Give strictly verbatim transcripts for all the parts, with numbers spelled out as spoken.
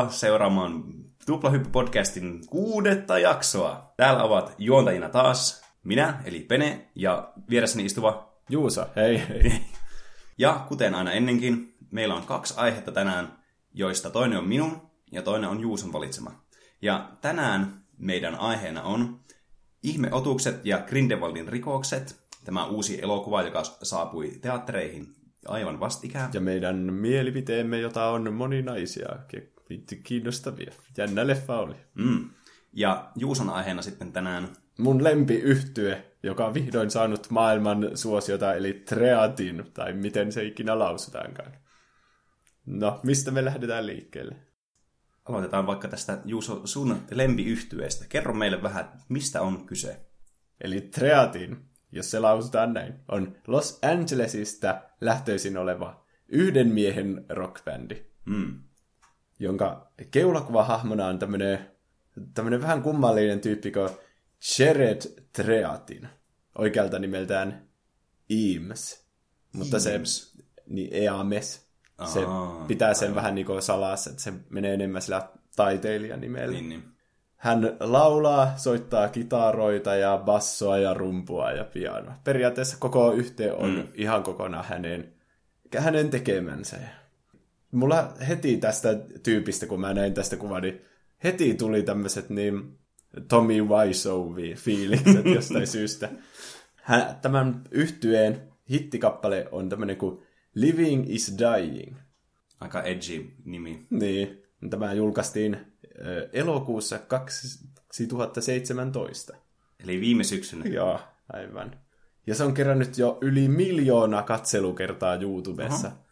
seuraamaan Tuplahyppy-podcastin kuudetta jaksoa. Täällä ovat juontajina taas minä, eli Pene, ja vieressäni istuva Juuso, hei hei. Ja kuten aina ennenkin, meillä on kaksi aihetta tänään, joista toinen on minun ja toinen on Juuson valitsema. Ja tänään meidän aiheena on Ihmeotukset ja Grindelwaldin rikokset, tämä uusi elokuva, joka saapui teattereihin aivan vastikään. Ja meidän mielipiteemme, jota on moninaisia, kiinnostavia. Jännä leffa oli. Mm. Ja Juuson aiheena sitten tänään mun lempiyhtye, joka on vihdoin saanut maailman suosiota, eli Treatin, tai miten se ikinä lausutaankaan. No, mistä me lähdetään liikkeelle? Aloitetaan vaikka tästä Juuso sun lempiyhtyeestä. Kerro meille vähän, mistä on kyse. Eli Treatin, jos se lausutaan näin, on Los Angelesista lähtöisin oleva yhden miehen rockbändi, mm. jonka keulakuvahahmona on tämmönen, tämmönen vähän kummallinen tyyppi kuin Jared Treatin, oikealta nimeltään Eames. Mutta Eames. se, niin Eames, se Aa, pitää sen aivan. vähän niin kuin salassa, että se menee enemmän sillä taiteilijan nimellä. Niin, niin. Hän laulaa, soittaa kitaroita ja bassoa ja rumpua ja pianoa. Periaatteessa koko yhteen on mm. ihan kokonaan hänen, hänen tekemänsä. Mulla heti tästä tyypistä, kun mä näin tästä kuvan, niin heti tuli tämmöiset niin Tommy Wiseau-fiilikset jostain syystä. Hän, tämän yhtyeen hittikappale on tämmöinen kuin Living is Dying. Aika edgy nimi. Niin, tämä julkaistiin elokuussa kaksituhattaseitsemäntoista. Eli viime syksynä. Joo, aivan. Ja se on kerännyt jo yli miljoona katselukertaa YouTubessa. Aha.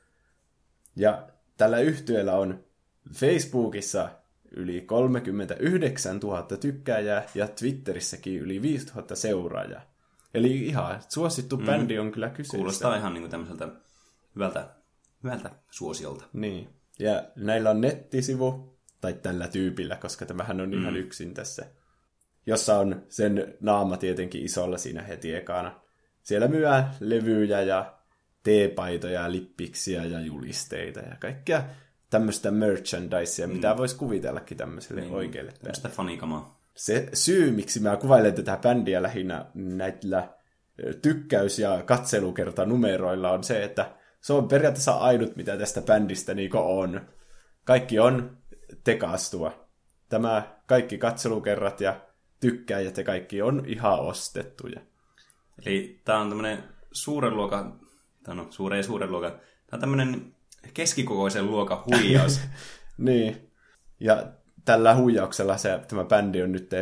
Ja tällä yhtyeellä on Facebookissa yli kolmekymmentäyhdeksäntuhatta tykkääjää ja Twitterissäkin yli viisituhatta seuraajaa. Eli ihan suosittu mm. bändi on kyllä kyseessä. Kuulostaa ihan niin kuin tämmöiseltä hyvältä, hyvältä suosiolta. Niin. Ja näillä on nettisivu, tai tällä tyypillä, koska tämähän on mm. ihan yksin tässä, jossa on sen naama tietenkin isolla siinä heti ekana. Siellä myyään levyjä ja teepaitoja, lippiksiä ja julisteita ja kaikkea tämmöistä merchandisea, mm. mitä voisi kuvitellakin tämmöiselle niin, oikealle. Tämmöistä fanikamaa. Se syy, miksi mä kuvailen tätä bändiä lähinnä näillä tykkäys- ja katselukertanumeroilla on se, että se on periaatteessa ainut, mitä tästä bändistä niin on. Kaikki on tekastua. Tämä kaikki katselukerrat ja tykkäjät ja kaikki on ihan ostettuja. Eli tämä on tämmöinen suuren luokan, tai no suuren suuren luokan, tämä on tämmöinen keskikokoisen luokan huijaus. Niin, ja tällä huijauksella se, tämä bändi on nyt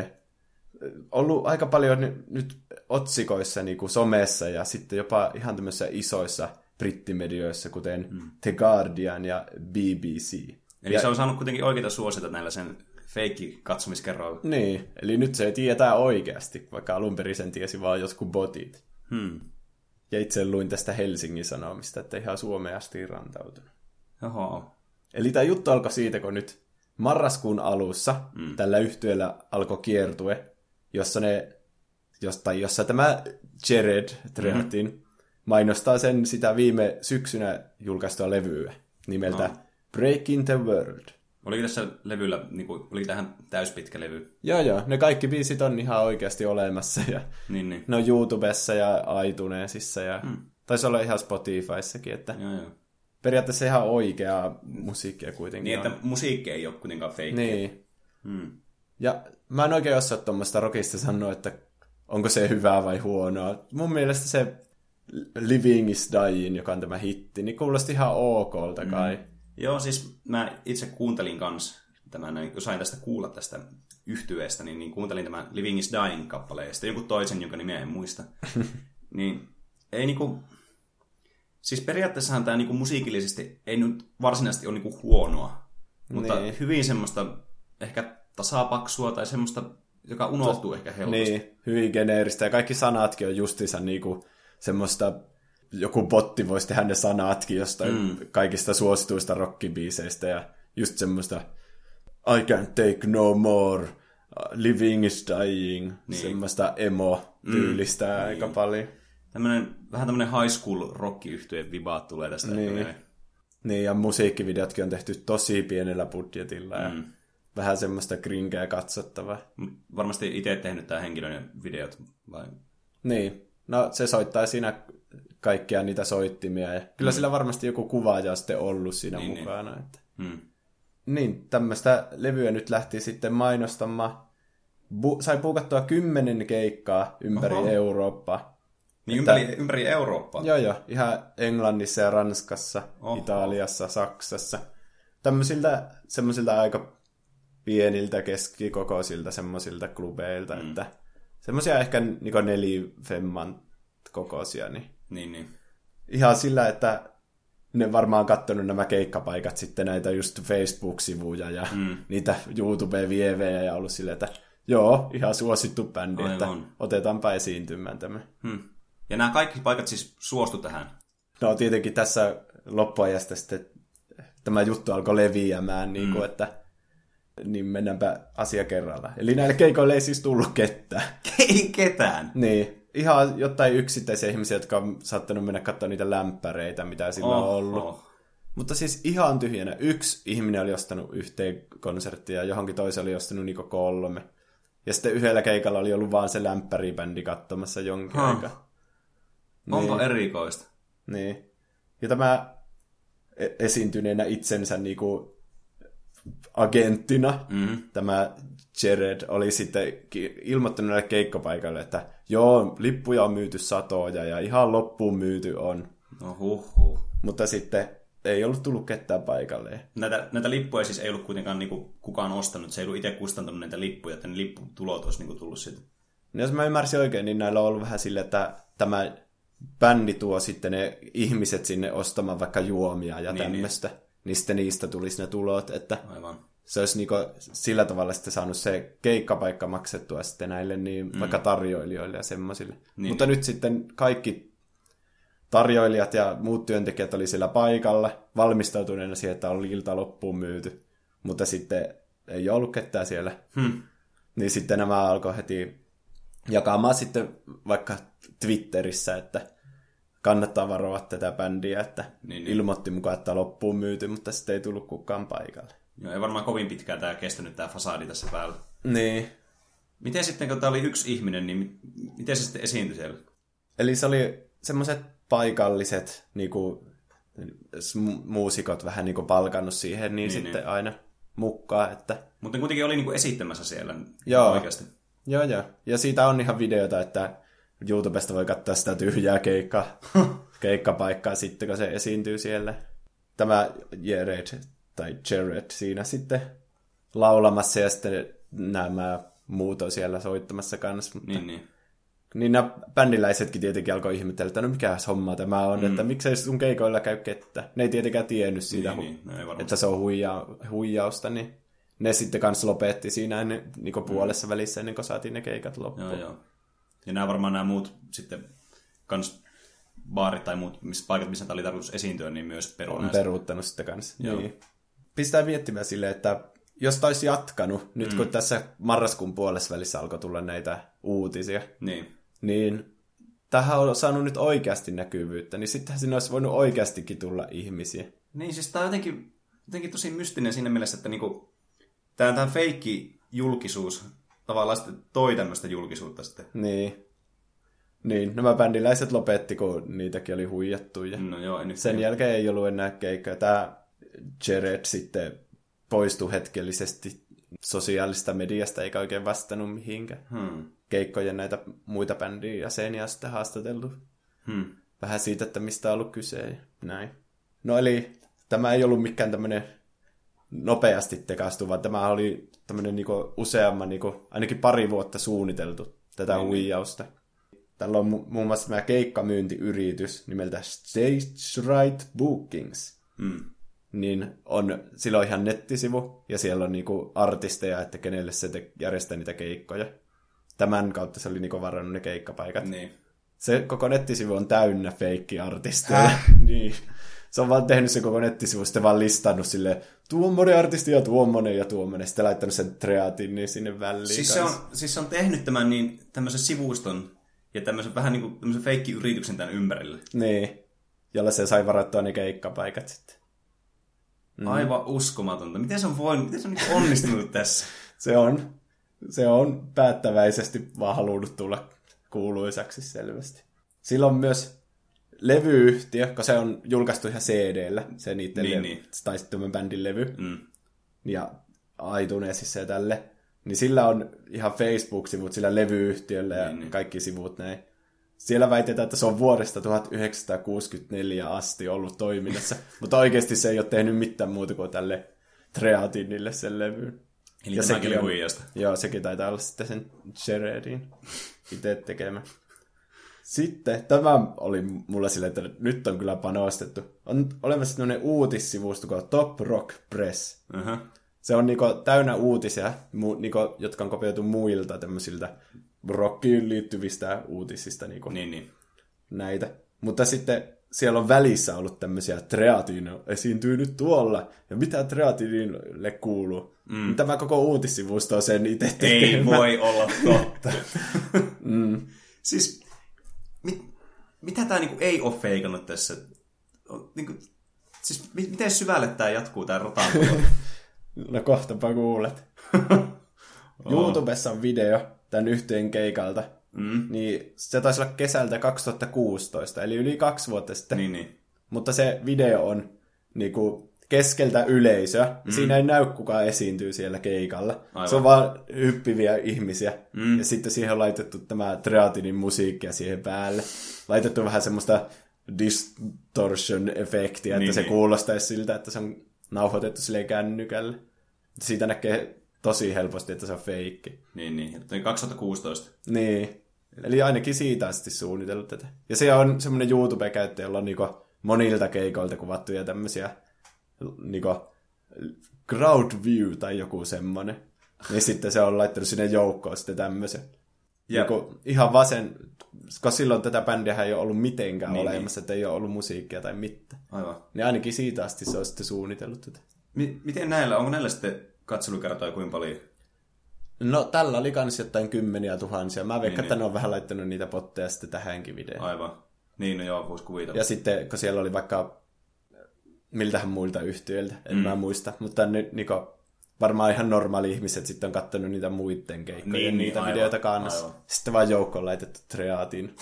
ollut aika paljon nyt otsikoissa niin kuin somessa ja sitten jopa ihan tämmöisissä isoissa brittimedioissa, kuten mm. The Guardian ja B B C. Eli ja, se on saanut kuitenkin oikeita suosiota näillä sen feikki-katsomiskerroilla. Niin, eli nyt se tietää oikeasti, vaikka alun perin sen tiesi vaan jotkut botit. Hmm. Ja itse luin tästä Helsingin Sanomista, että ihan Suomeen asti rantautunut. Oho. Eli tämä juttu alkoi siitä, kun nyt marraskuun alussa mm. tällä yhtyeellä alkoi kiertue, jossa, ne, josta, jossa tämä Jared Treatin mm-hmm. mainostaa sen sitä viime syksynä julkaistua levyä nimeltä no. Breaking the World. Oliko tässä levyllä, niin kuin, oliko tähän täyspitkä levy? Joo, joo. Ne kaikki biisit on ihan oikeasti olemassa. Ja niin, niin. ne on YouTubessa ja iTunesissa ja mm. taisi olla ihan Spotifyssakin. Että joo, joo. Periaatteessa ihan oikeaa musiikkia kuitenkin niin, on. että musiikki ei ole kuitenkaan feikkiä. Niin. Hmm. Ja mä en oikein osaa tuommoista rockista sanoa, että onko se hyvää vai huonoa. Mun mielestä se Living is Dying, joka on tämä hitti, niin kuulosti ihan okolta kai. Mm. Joo, siis mä itse kuuntelin kans, tämän, kun sain tästä kuulla tästä yhtyeestä, niin, niin kuuntelin tämän Living is Dying-kappaleen ja sitten jonkun toisen, jonka nimeä en muista. niin ei niinku... Siis periaatteessahan tämä niinku musiikillisesti ei nyt varsinaisesti ole niinku huonoa, mutta niin. hyvin semmoista ehkä tasapaksua tai semmoista, joka unohtuu Tos, ehkä helposti. Niin, hyvin geneeristä ja kaikki sanatkin on justiinsa niinku semmoista, joku botti voisi tehdä ne sanatkin jostain mm. kaikista suosituista rockibiiseistä ja just semmoista I can't take no more, living is dying, niin. semmoista emo-tyylistä mm. aika niin. paljon. Tämmönen, vähän tämmönen high school rock-yhtyeen vibaat tulee tästä. Niin. Niin, ja musiikkivideotkin on tehty tosi pienellä budjetilla, ja Mm. vähän semmoista grinkeä katsottavaa. Varmasti itse tehnyt tämä henkilön ne videot, vai? Niin, no se soittaa siinä kaikkia niitä soittimia, ja kyllä Mm. sillä varmasti joku kuvaaja on sitten ollut siinä Niin, mukana. Niin. Että. Mm. Niin, tämmöistä levyä nyt lähti sitten mainostamaan. Bu- sai puukattua kymmenen keikkaa ympäri Oho. Eurooppaa. Niin Että- ympäri, ympäri Eurooppaa? Joo, joo. Ihan Englannissa ja Ranskassa, Oho. Italiassa, Saksassa. Tämmöisiltä semmoisilta aika pieniltä, keskikokoisilta semmoisilta klubeilta, Mm. että semmoisia ehkä niinku nelifemman kokoisia, niin Niin, niin. ihan sillä, että ne varmaan katsonut nämä keikkapaikat sitten näitä just Facebook-sivuja ja Mm. niitä YouTube-vievejä ja ollut silleen, että joo, ihan suosittu bändi, Aivan. että otetaanpa esiintymään tämä. Hmm. Ja nämä kaikki paikat siis suostu tähän? No tietenkin tässä loppuajasta sitten tämä juttu alkoi leviämään, niin kuin, Mm. että niin mennäänpä asia kerralla. Eli näille keikoille ei siis tullut ketään. Ei ketään? Niin, ihan jotain yksittäisiä ihmisiä, jotka on saattanut mennä katsoa niitä lämpäreitä, mitä sillä on Oho. ollut. Mutta siis ihan tyhjänä. Yksi ihminen oli ostanut yhteen konserttiin ja johonkin toisen oli ostanut niinku kolme. Ja sitten yhdellä keikalla oli ollut vaan se lämpäribändi katsomassa jonkin Huh. aikaa. Onpa Niin. erikoista. Niin. Ja tämä e- esiintyneenä itsensä niinku agenttina, Mm. tämä Jared oli sitten ki- ilmoittanut näille keikkapaikalle, että joo, lippuja on myyty satoja ja ihan loppuun myyty on. No huh, Mutta sitten ei ollut tullut ketään paikalle. Näitä, näitä lippuja siis ei ollut kuitenkaan niinku kukaan ostanut. Se ei ollut itse kustantanut näitä lippuja, että ne lipputulot olisi niinku tullut siitä. No jos mä ymmärsin oikein, niin näillä on ollut vähän silleen, että tämä bändi tuo sitten ne ihmiset sinne ostamaan vaikka juomia ja Niin, tämmöistä. Niin. niin sitten niistä tulisi ne tulot, että Aivan. se olisi niinku sillä tavalla sitten saanut se keikkapaikka maksettua sitten näille niin mm. vaikka tarjoilijoille ja semmoisille. Niin, Mutta niin. nyt sitten kaikki tarjoilijat ja muut työntekijät oli siellä paikalla valmistautuneena siihen, että oli ilta loppuun myyty. Mutta sitten ei ollut ketään siellä. Hmm. Niin sitten nämä alkoi heti jakamaan sitten vaikka Twitterissä, että kannattaa varoa tätä bändiä, että Niin, niin. ilmoitti mukaan, että loppuun myyty, mutta sitten ei tullut kukaan paikalle. Joo, ei varmaan kovin pitkään tämä kestänyt tämä fasadi tässä päällä. Niin. Miten sitten, kun tämä oli yksi ihminen, niin mi- miten se sitten esiintyi siellä? Eli se oli semmoiset paikalliset niinku, mu- muusikot vähän niinku palkannut siihen, niin, Niin, sitten niin. aina mukaan, että Mutta kuitenkin oli niinku esittämässä siellä Joo. oikeasti. joo joo. Ja siitä on ihan videota, että YouTubesta voi katsoa sitä tyhjää keikkaa, keikkapaikkaa sitten, kun se esiintyy siellä. Tämä Jared, tai Jared siinä sitten laulamassa ja sitten nämä muut on siellä soittamassa kanssa. Mutta Niin, niin. niin nämä bändiläisetkin tietenkin alkoi ihmetellä, että no mikä homma tämä on, mm. että miksei sun keikoilla käy kettä. Ne ei tietenkään tiennyt siitä, Niin, hu- niin. No, ei varmasti. että se on huija- huijausta, niin ne sitten kanssa lopetti siinä ennen, niin puolessa välissä ennen kuin saatiin ne keikat loppuun. Joo, joo. Ja nämä varmaan nämä muut sitten kans baarit tai muut missä paikat, missä tämä oli tarkoitus esiintyä, niin myös On peruneessa. peruuttanut sitten kanssa. Joo. Niin. Pistää miettimään silleen, että jos taisi jatkanut, nyt Mm. kun tässä marraskuun puolessa välissä alkoi tulla näitä uutisia, Niin. niin tähän on saanut nyt oikeasti näkyvyyttä, niin sittenhän sinne olisi voinut oikeastikin tulla ihmisiä. Niin, siis tämä on jotenkin, jotenkin tosi mystinen siinä mielessä, että niinku, tämä, tämä feikki julkisuus tavallaan sitten toi tämmöistä julkisuutta sitten. Niin. Niin, nämä bändiläiset lopetti, kun niitäkin oli huijattu. Ja No joo, ei nyt sen jälkeen ei ollut enää keikkoja. Tämä Jared sitten poistui hetkellisesti sosiaalista mediasta, eikä oikein vastannut mihinkään. Hmm. Keikkojen näitä muita bändin jäseniä on sitten haastateltu. Hmm. Vähän siitä, että mistä on ollut kyse ja näin. No eli tämä ei ollut mikään tämmöinen nopeasti tekaistu, vaan tämä oli tämmöinen niinku useamman, niinku, ainakin pari vuotta suunniteltu tätä Niin, huijausta. Tällä on mu- muun muassa tämä keikkamyyntiyritys nimeltä Stage Right Bookings. Hmm. Niin on, sillä on ihan nettisivu, ja siellä on niinku artisteja, että kenelle se te- järjestää niitä keikkoja. Tämän kautta se oli niinku varannut ne keikkapaikat. Niin. Se koko nettisivu on täynnä feikki-artisteja. niin. Se on vaan tehnyt se koko nettisivu, sitten vaan listannut silleen, tuommoinen artisti ja tuommoinen ja tuommoinen. Sitten laittanut sen treatin niin sinne väliin. Siis se, on, siis se on tehnyt tämän niin, tämmöisen sivuston ja tämmöisen vähän niin kuin tämmöisen feikkiyrityksen tämän ympärille. Niin, jolla se sai varattua ne keikkapaikat sitten. Mm. Aivan uskomatonta. Miten se on voinut, miten se on niin onnistunut tässä? Se on, se on päättäväisesti vaan halunnut tulla kuuluisaksi selvästi. Sillä on myös levyyhtiö, kun se on julkaistu ihan C D:llä, se niiden niin, levy, niin. tai sitten tämän bändin levy, mm. ja iTunesissa ja tälle, niin sillä on ihan Facebook-sivut sillä levyyhtiöllä ja niin, kaikki sivut näin. Siellä väitetään, että se on vuodesta tuhatyhdeksänsataakuusikymmentäneljä asti ollut toiminnassa, mutta oikeasti se ei ole tehnyt mitään muuta kuin tälle Treatinille sen levyyn. Eli tämäkin oli huijasta. Joo, sekin taitaa olla sitten sen Jaredin itse tekemä. Sitten tämä oli mulla silleen, että nyt on kyllä panostettu. On olemassa sellainen uutissivusto kuin Top Rock Press. Uh-huh. Se on niinku täynnä uutisia, mu, niinku, jotka on kopioitu muilta tämmöisiltä rockiin liittyvistä uutisista. Niinku niin, niin. Näitä. Mutta sitten siellä on välissä ollut tämmöisiä Treatino esiintyy nyt tuolla. Ja mitä Treatinille kuuluu? Mm. Tämä koko uutissivusto on sen itse tekemä. Ei voi olla totta. mm. Siis, mit, mitä tämä niinku ei ole feikannut tässä? Niinku, siis, miten syvälle tämä jatkuu, tämä rotan? No kohtapa kuulet. YouTubessa on video tämän yhteen keikalta. Mm. Niin se taisi olla kesältä kaksituhattakuusitoista, eli yli kaksi vuotta sitten. Niin, niin. Mutta se video on niinku keskeltä yleisöä. Mm. Siinä ei näy, kuka esiintyy siellä keikalla. Aivan. Se on vaan hyppiviä ihmisiä. Mm. Ja sitten siihen on laitettu tämä Treatinin musiikkia siihen päälle. Laitettu vähän semmoista distortion-efektiä, niin, että se niin. kuulostaisi siltä, että se on nauhoitettu silleen kännykälle. Siitä näkee tosi helposti, että se on feikki. Niin, niin. kaksituhattakuusitoista. Niin. Eli ainakin siitä asti suunnitellut tätä. Ja se on semmoinen YouTube-käyttäjä, jolla on niinku monilta keikoilta kuvattuja tämmöisiä niinku crowd view tai joku semmoinen. Niin sitten se on laittanut sinne joukkoon sitten tämmöisen. Niinku ihan vasen, koska silloin tätä bändiä ei ole ollut mitenkään niin, olemassa, niin. Että ei ole ollut musiikkia tai mitään. Aivan. Niin ainakin siitä asti se on sitten suunnitellut tätä. M- miten näillä, onko näillä sitten katselukertoja kuinka paljon? No tällä oli kans jotain kymmeniä tuhansia. Mä veikkaan, niin, että niin. Ne on vähän laittanut niitä potteja sitten tähänkin videoon. Aivan. Niin, no joo, voisi kuvitella. Ja sitten, kun siellä oli vaikka miltähän muilta yhtiöiltä, en mm. mä muista. Mutta nyt niin varmaan ihan normaali ihmiset sitten on katsonut niitä muiden keikkoja niin, ja niitä niin, videoita kannassa. Aivan. Sitten vaan joukkoon laitettu Treatin.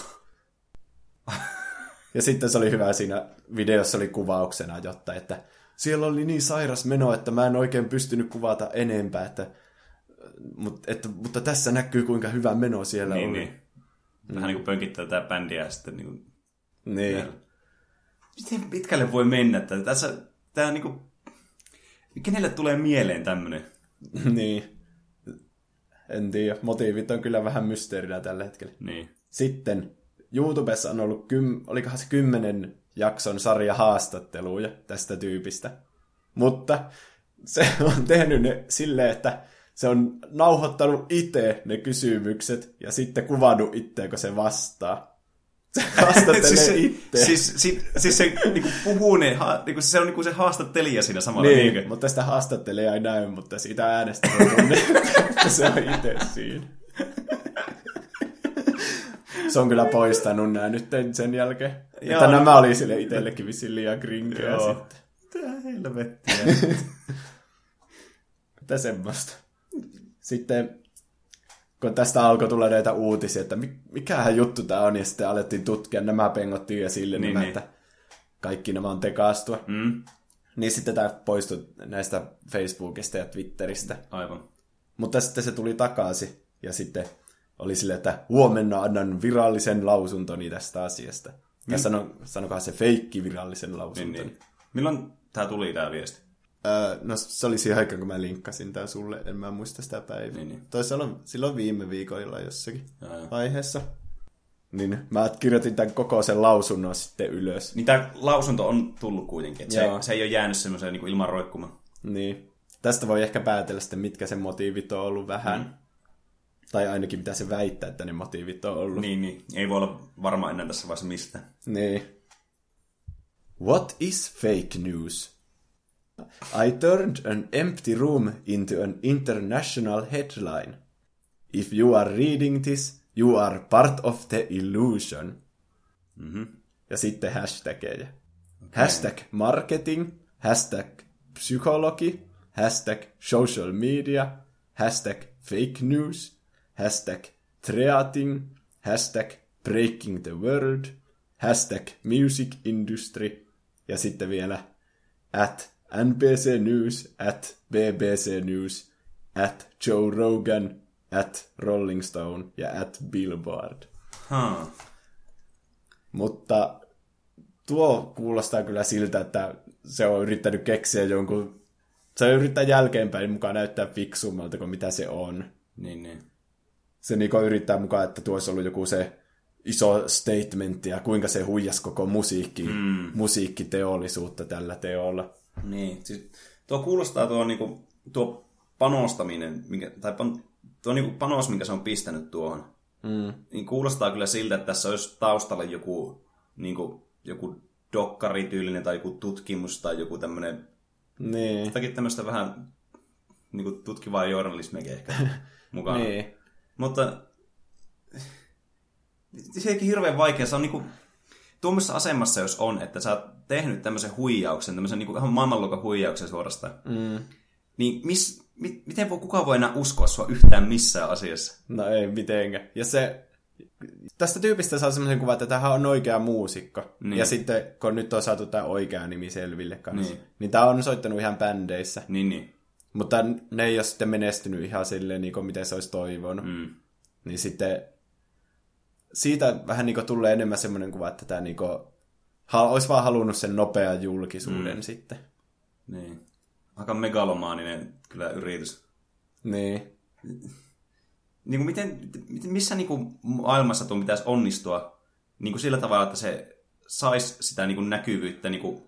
Ja sitten se oli hyvä siinä videossa oli kuvauksena jotta, että siellä oli niin sairas meno, että mä en oikein pystynyt kuvata enempää, että, mutta, että, mutta tässä näkyy kuinka hyvä meno siellä niin, oli. Niin. Vähän niin kuin pönkittää tätä bändiä ja sitten niin kuin niin. Vielä. Miten pitkälle voi mennä? Tässä, tämä on niin kuin, kenelle tulee mieleen tämmöinen? Niin. En tiedä. Motiivit on kyllä vähän mysteerinä tällä hetkellä. Niin. Sitten YouTubessa on ollut, kym, olikohan se kymmenen jakson sarja haastatteluja tästä tyypistä. Mutta se on tehnyt ne silleen, että se on nauhoittanut itse ne kysymykset ja sitten kuvannut itseä, kun se vastaa. Se haastattelee siis itse. Siis, siis, siis se niinku puhuu ne, ha, niinku se on niinku se haastattelija siinä samalla. Niin, niin mutta sitä haastattelijaa ei näy, mutta siitä äänestä on tunne, että se on itse siinä. Se on kyllä poistanut nämä nyt sen jälkeen. Joo, että no. Nämä oli sille itsellekin vissiin liian grinkeä sitten. Tää helvettiä. Mitä semmoista. Sitten kun tästä alkoi tulla näitä uutisia, että mikähän juttu tämä on, ja sitten alettiin tutkia, nämä pengottiin esille, niin, nämä, niin. Että kaikki nämä on tekaastua. Mm. Niin sitten tämä poistui näistä Facebookista ja Twitteristä. Aivan. Mutta sitten se tuli takaisin, ja sitten oli silleen, että huomenna annan virallisen lausuntoni tästä asiasta. Mm. Ja sano, sanokaa se feikki virallisen lausuntoni. Niin, niin. Milloin tämä tuli, tämä viesti? Öö, no se oli siihen aikaan, kun mä linkkasin tää sulle. En mä muista sitä päivää. Niin, niin. Toisaalta silloin viime viikolla jossakin Jaa, vaiheessa. Niin mä kirjoitin tämän koko sen lausunnon sitten ylös. Niin tää lausunto on tullut kuitenkin. Se, se ei ole jäänyt semmoiseen niin kuin ilman roikkumaan. Niin. Tästä voi ehkä päätellä sitten, mitkä sen motiivit on ollut vähän. Mm. Tai ainakin mitä se väittää, että ne motiivit on ollut. Niin, niin. Ei voi olla varma enää tässä vaiheessa mistään. Niin. What is fake news? I turned an empty room into an international headline. If you are reading this, you are part of the illusion. Mm-hmm. Ja sitten hashtageja. Okay. Hashtag marketing, hashtag psykologi, hashtag social media, hashtag fake news, hashtag treating, hashtag breaking the world, hashtag music industry, ja sitten vielä at N B C News, at B B C News, at Joe Rogan, at Rolling Stone ja at Billboard. Huh. Mutta tuo kuulostaa kyllä siltä, että se on yrittänyt keksiä jonkun, se yrittää jälkeenpäin mukaan näyttää fiksummalta kuin mitä se on. Niin, niin. Se niinku yrittää mukaan, että tuo olisi ollut joku se iso statementti ja kuinka se huijasi koko musiikki, mm. musiikkiteollisuutta tällä teolla. Niin, siis tuo kuulostaa tuo, niinku, tuo panostaminen, minkä, tai pan, tuo niinku panos, minkä se on pistänyt tuohon, mm. niin kuulostaa kyllä siltä, että tässä olisi taustalla joku, niinku, joku dokkarityylinen tai joku tutkimus tai joku tämmöinen, niin. jotakin tämmöistä vähän niinku, tutkivaa journalismiakin ehkä mukana. Niin. Mutta se onkin hirveän vaikea. Se on niinku tuommoisessa asemassa, jos on, että sä oot tehnyt tämmöisen huijauksen, tämmöisen niinku ihan maailmanluokan huijauksen suorastaan. Mm. Niin mis, mi, miten voi, kukaan voi enää uskoa sua yhtään missään asiassa? No ei mitenkään. Ja se, tästä tyypistä saa semmoisen kuvan, että tämähän on oikea muusikko. Niin. Ja sitten, kun nyt on saatu tämä oikea nimi selville kanssa, niin, niin tämä on soittanut ihan bändeissä. Niin, niin. Mutta ne ei ole sitten menestynyt ihan silleen, niin kuin miten se olisi toivonut. Mm. Niin sitten siitä vähän niin kuin tulee enemmän semmoinen kuva, että tämä niin kuin, olisi vaan halunnut sen nopean julkisuuden mm. sitten. Niin. Aika megalomaaninen kyllä yritys. Niin. Niin kuin miten, missä niin kuin maailmassa tuon pitäisi onnistua niin kuin sillä tavalla, että se saisi sitä niin kuin näkyvyyttä niin kuin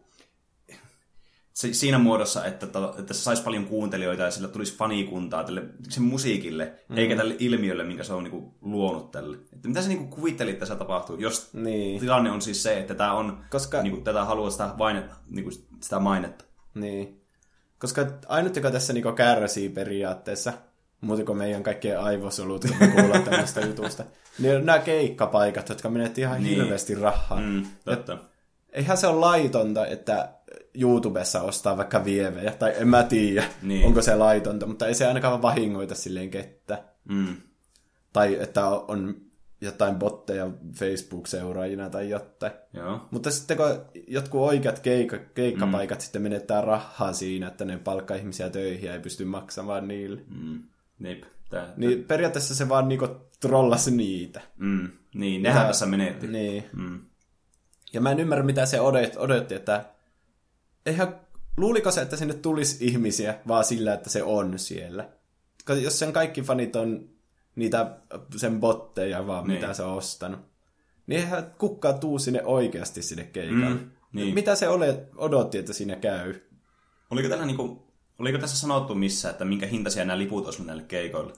siinä muodossa, että, että se saisi paljon kuuntelijoita ja sillä tulisi fanikuntaa tälle sen musiikille, mm. eikä tälle ilmiölle, minkä se on niin kuin luonut tälle. Että mitä sä niin kuin kuvittelit, että se tapahtuu, jos niin. tilanne on siis se, että tämä on, Koska... niin kuin, tätä haluaa sitä, vaine, niin kuin sitä mainetta. Niin. Koska ainut, joka tässä niin kärsii periaatteessa, muuten kuin meidän kaikkien aivosolut, kun me kuullaan tämmöistä jutusta, niin on nämä keikkapaikat, jotka menet ihan niin. hirveästi rahaa. Mm, totta. Ja eihän se ole laitonta, että YouTubessa ostaa vaikka vievejä, tai en mä tiedä, niin. onko se laitonta, mutta ei se ainakaan vahingoita silleen kettä. Mm. Tai että on jotain botteja Facebook-seuraajina tai jotain. Joo. Mutta sitten kun jotkut oikeat keikka, keikkapaikat mm. sitten menettää rahaa siinä, että ne palkkaa ihmisiä töihin ja ei pysty maksamaan niille. Mm. Neip. Tää, niin tää. Periaatteessa se vaan niinku trollasi niitä. Mm. Niin, nehän Tää, tässä menetti. Niin. Mm. Ja mä en ymmärrä, mitä se odotti, että eihän, luuliko se, että sinne tulisi ihmisiä vaan sillä, että se on siellä? Koska jos sen kaikki fanit on niitä sen botteja vaan, niin. mitä se on ostanut, niin eihän kukaan tuu sinne oikeasti sinne keikalle. Mm, niin. Mitä se ole, odotti, että siinä käy? Oliko, tällä niinku, oliko tässä sanottu missä, että minkä hintaisia nämä liput olisivat näille keikoille?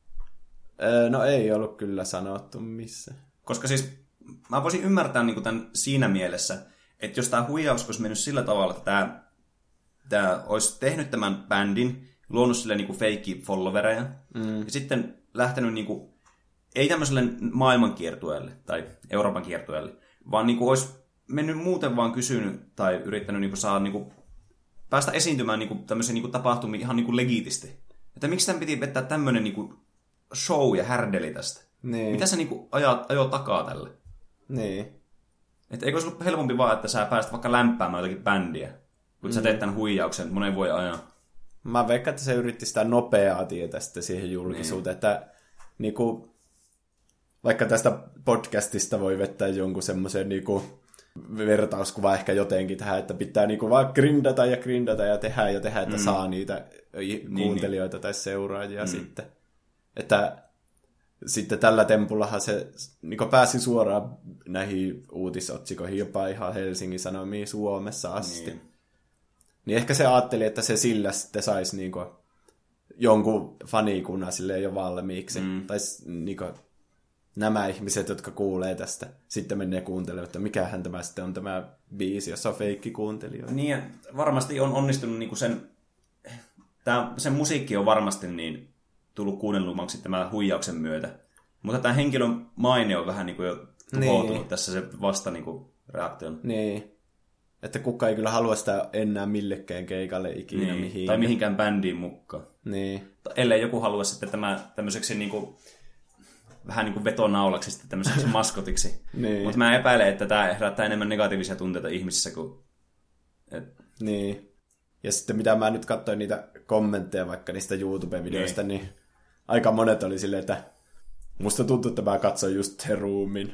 Öö, no ei ollut kyllä sanottu missä. Koska siis mä voisin ymmärtää niinku tämän siinä mielessä, että jos tämä huijaus olisi mennyt sillä tavalla, että tämä, tämä olisi tehnyt tämän bändin, luonut sille niinku feikki followereja, mm. ja sitten lähtenyt niinku, ei tämmöiselle maailmankiertueelle tai Euroopan kiertueelle, vaan niinku olisi mennyt muuten vaan kysynyt tai yrittänyt niinku saada niinku, päästä esiintymään niinku tämmöisiä niinku tapahtumia ihan niinku legitisti. Että miksi tämän piti vetää tämmöinen niinku show ja härdeli tästä? Niin. Mitä sä niinku ajaa, ajoo takaa tälle? Niin. Että eikö olisi ollut helpompi vaan, että sä pääset vaikka lämpäämään jotakin bändiä, kun mm. sä teet tämän huijauksen, että monen voi ajaa. Mä veikkaan, että se yritti sitä nopeaa tietä sitten siihen julkisuuteen, niin. että niinku, vaikka tästä podcastista voi vettää jonkun semmoisen niinku, vertauskuva ehkä jotenkin tähän, että pitää niinku vaan grindata ja grindata ja tehdä ja tehdä, että mm. saa niitä kuuntelijoita niin, tai seuraajia mm. sitten. Että sitten tällä tempullahan se niin pääsi suoraan näihin uutisotsikoihin jopa ihan Helsingin Sanomiin Suomessa asti. Niin. niin ehkä se ajatteli, että se sillä sitten saisi niin jonkun fanikunnan silleen jo valmiiksi. Mm. Tai niin nämä ihmiset, jotka kuulee tästä, sitten menee kuuntelemaan, että mikähän tämä sitten on tämä biisi, jossa on feikkikuuntelijoita. Niin, ja varmasti on onnistunut niin sen, tämä, sen musiikki on varmasti niin tullut kuunnellumaksi tämän huijauksen myötä. Mutta tämä henkilön maine on vähän niin kuin jo tuhoutunut niin. tässä se vasta niin kuin reaktion. Niin. että kukaan ei kyllä halua sitä enää millekään keikalle ikinä niin. mihin. Tai mihinkään bändiin mukaan. Niin. Ellei joku halua sitten tämä tämmöiseksi niinku, vähän niin kuin vetonaulaksi sitten tämmöiseksi maskotiksi. Niin. Mutta mä epäilen, että tämä herättää enemmän negatiivisia tunteita ihmisissä kuin... Et... Niin. Ja sitten mitä mä nyt katsoin niitä kommentteja vaikka niistä YouTube-videoista, niin, niin aika monet oli silleen, että musta tuntuu, että mä katsoin just The Roomin.